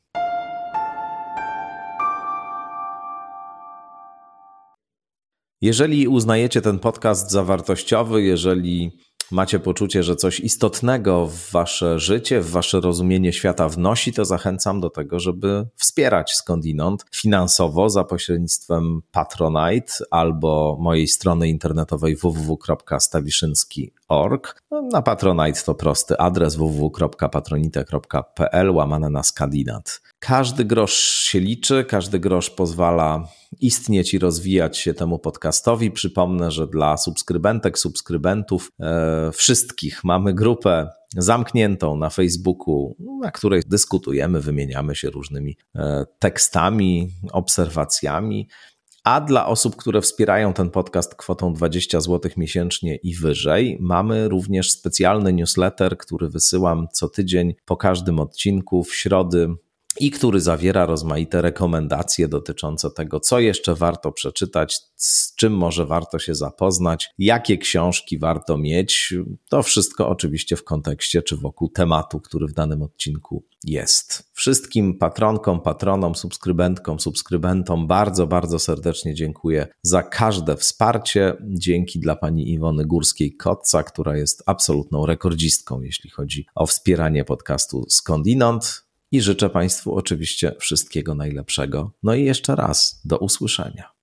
Jeżeli uznajecie ten podcast za wartościowy, jeżeli macie poczucie, że coś istotnego w wasze życie, w wasze rozumienie świata wnosi, to zachęcam do tego, żeby wspierać Skądinąd finansowo za pośrednictwem Patronite albo mojej strony internetowej w w w kropka stawiszynski kropka org. Na Patronite to prosty adres w w w kropka patronite kropka p l łamane na Skandinat. Każdy grosz się liczy, każdy grosz pozwala istnieć i rozwijać się temu podcastowi. Przypomnę, że dla subskrybentek, subskrybentów e, wszystkich mamy grupę zamkniętą na Facebooku, na której dyskutujemy, wymieniamy się różnymi e, tekstami, obserwacjami. A dla osób, które wspierają ten podcast kwotą dwadzieścia złotych miesięcznie i wyżej, mamy również specjalny newsletter, który wysyłam co tydzień po każdym odcinku w środy i który zawiera rozmaite rekomendacje dotyczące tego, co jeszcze warto przeczytać, z czym może warto się zapoznać, jakie książki warto mieć. To wszystko oczywiście w kontekście czy wokół tematu, który w danym odcinku jest. Wszystkim patronkom, patronom, subskrybentkom, subskrybentom bardzo, bardzo serdecznie dziękuję za każde wsparcie. Dzięki dla pani Iwony Górskiej-Kotca, która jest absolutną rekordzistką, jeśli chodzi o wspieranie podcastu Skądinąd. I życzę Państwu oczywiście wszystkiego najlepszego. No i jeszcze raz do usłyszenia.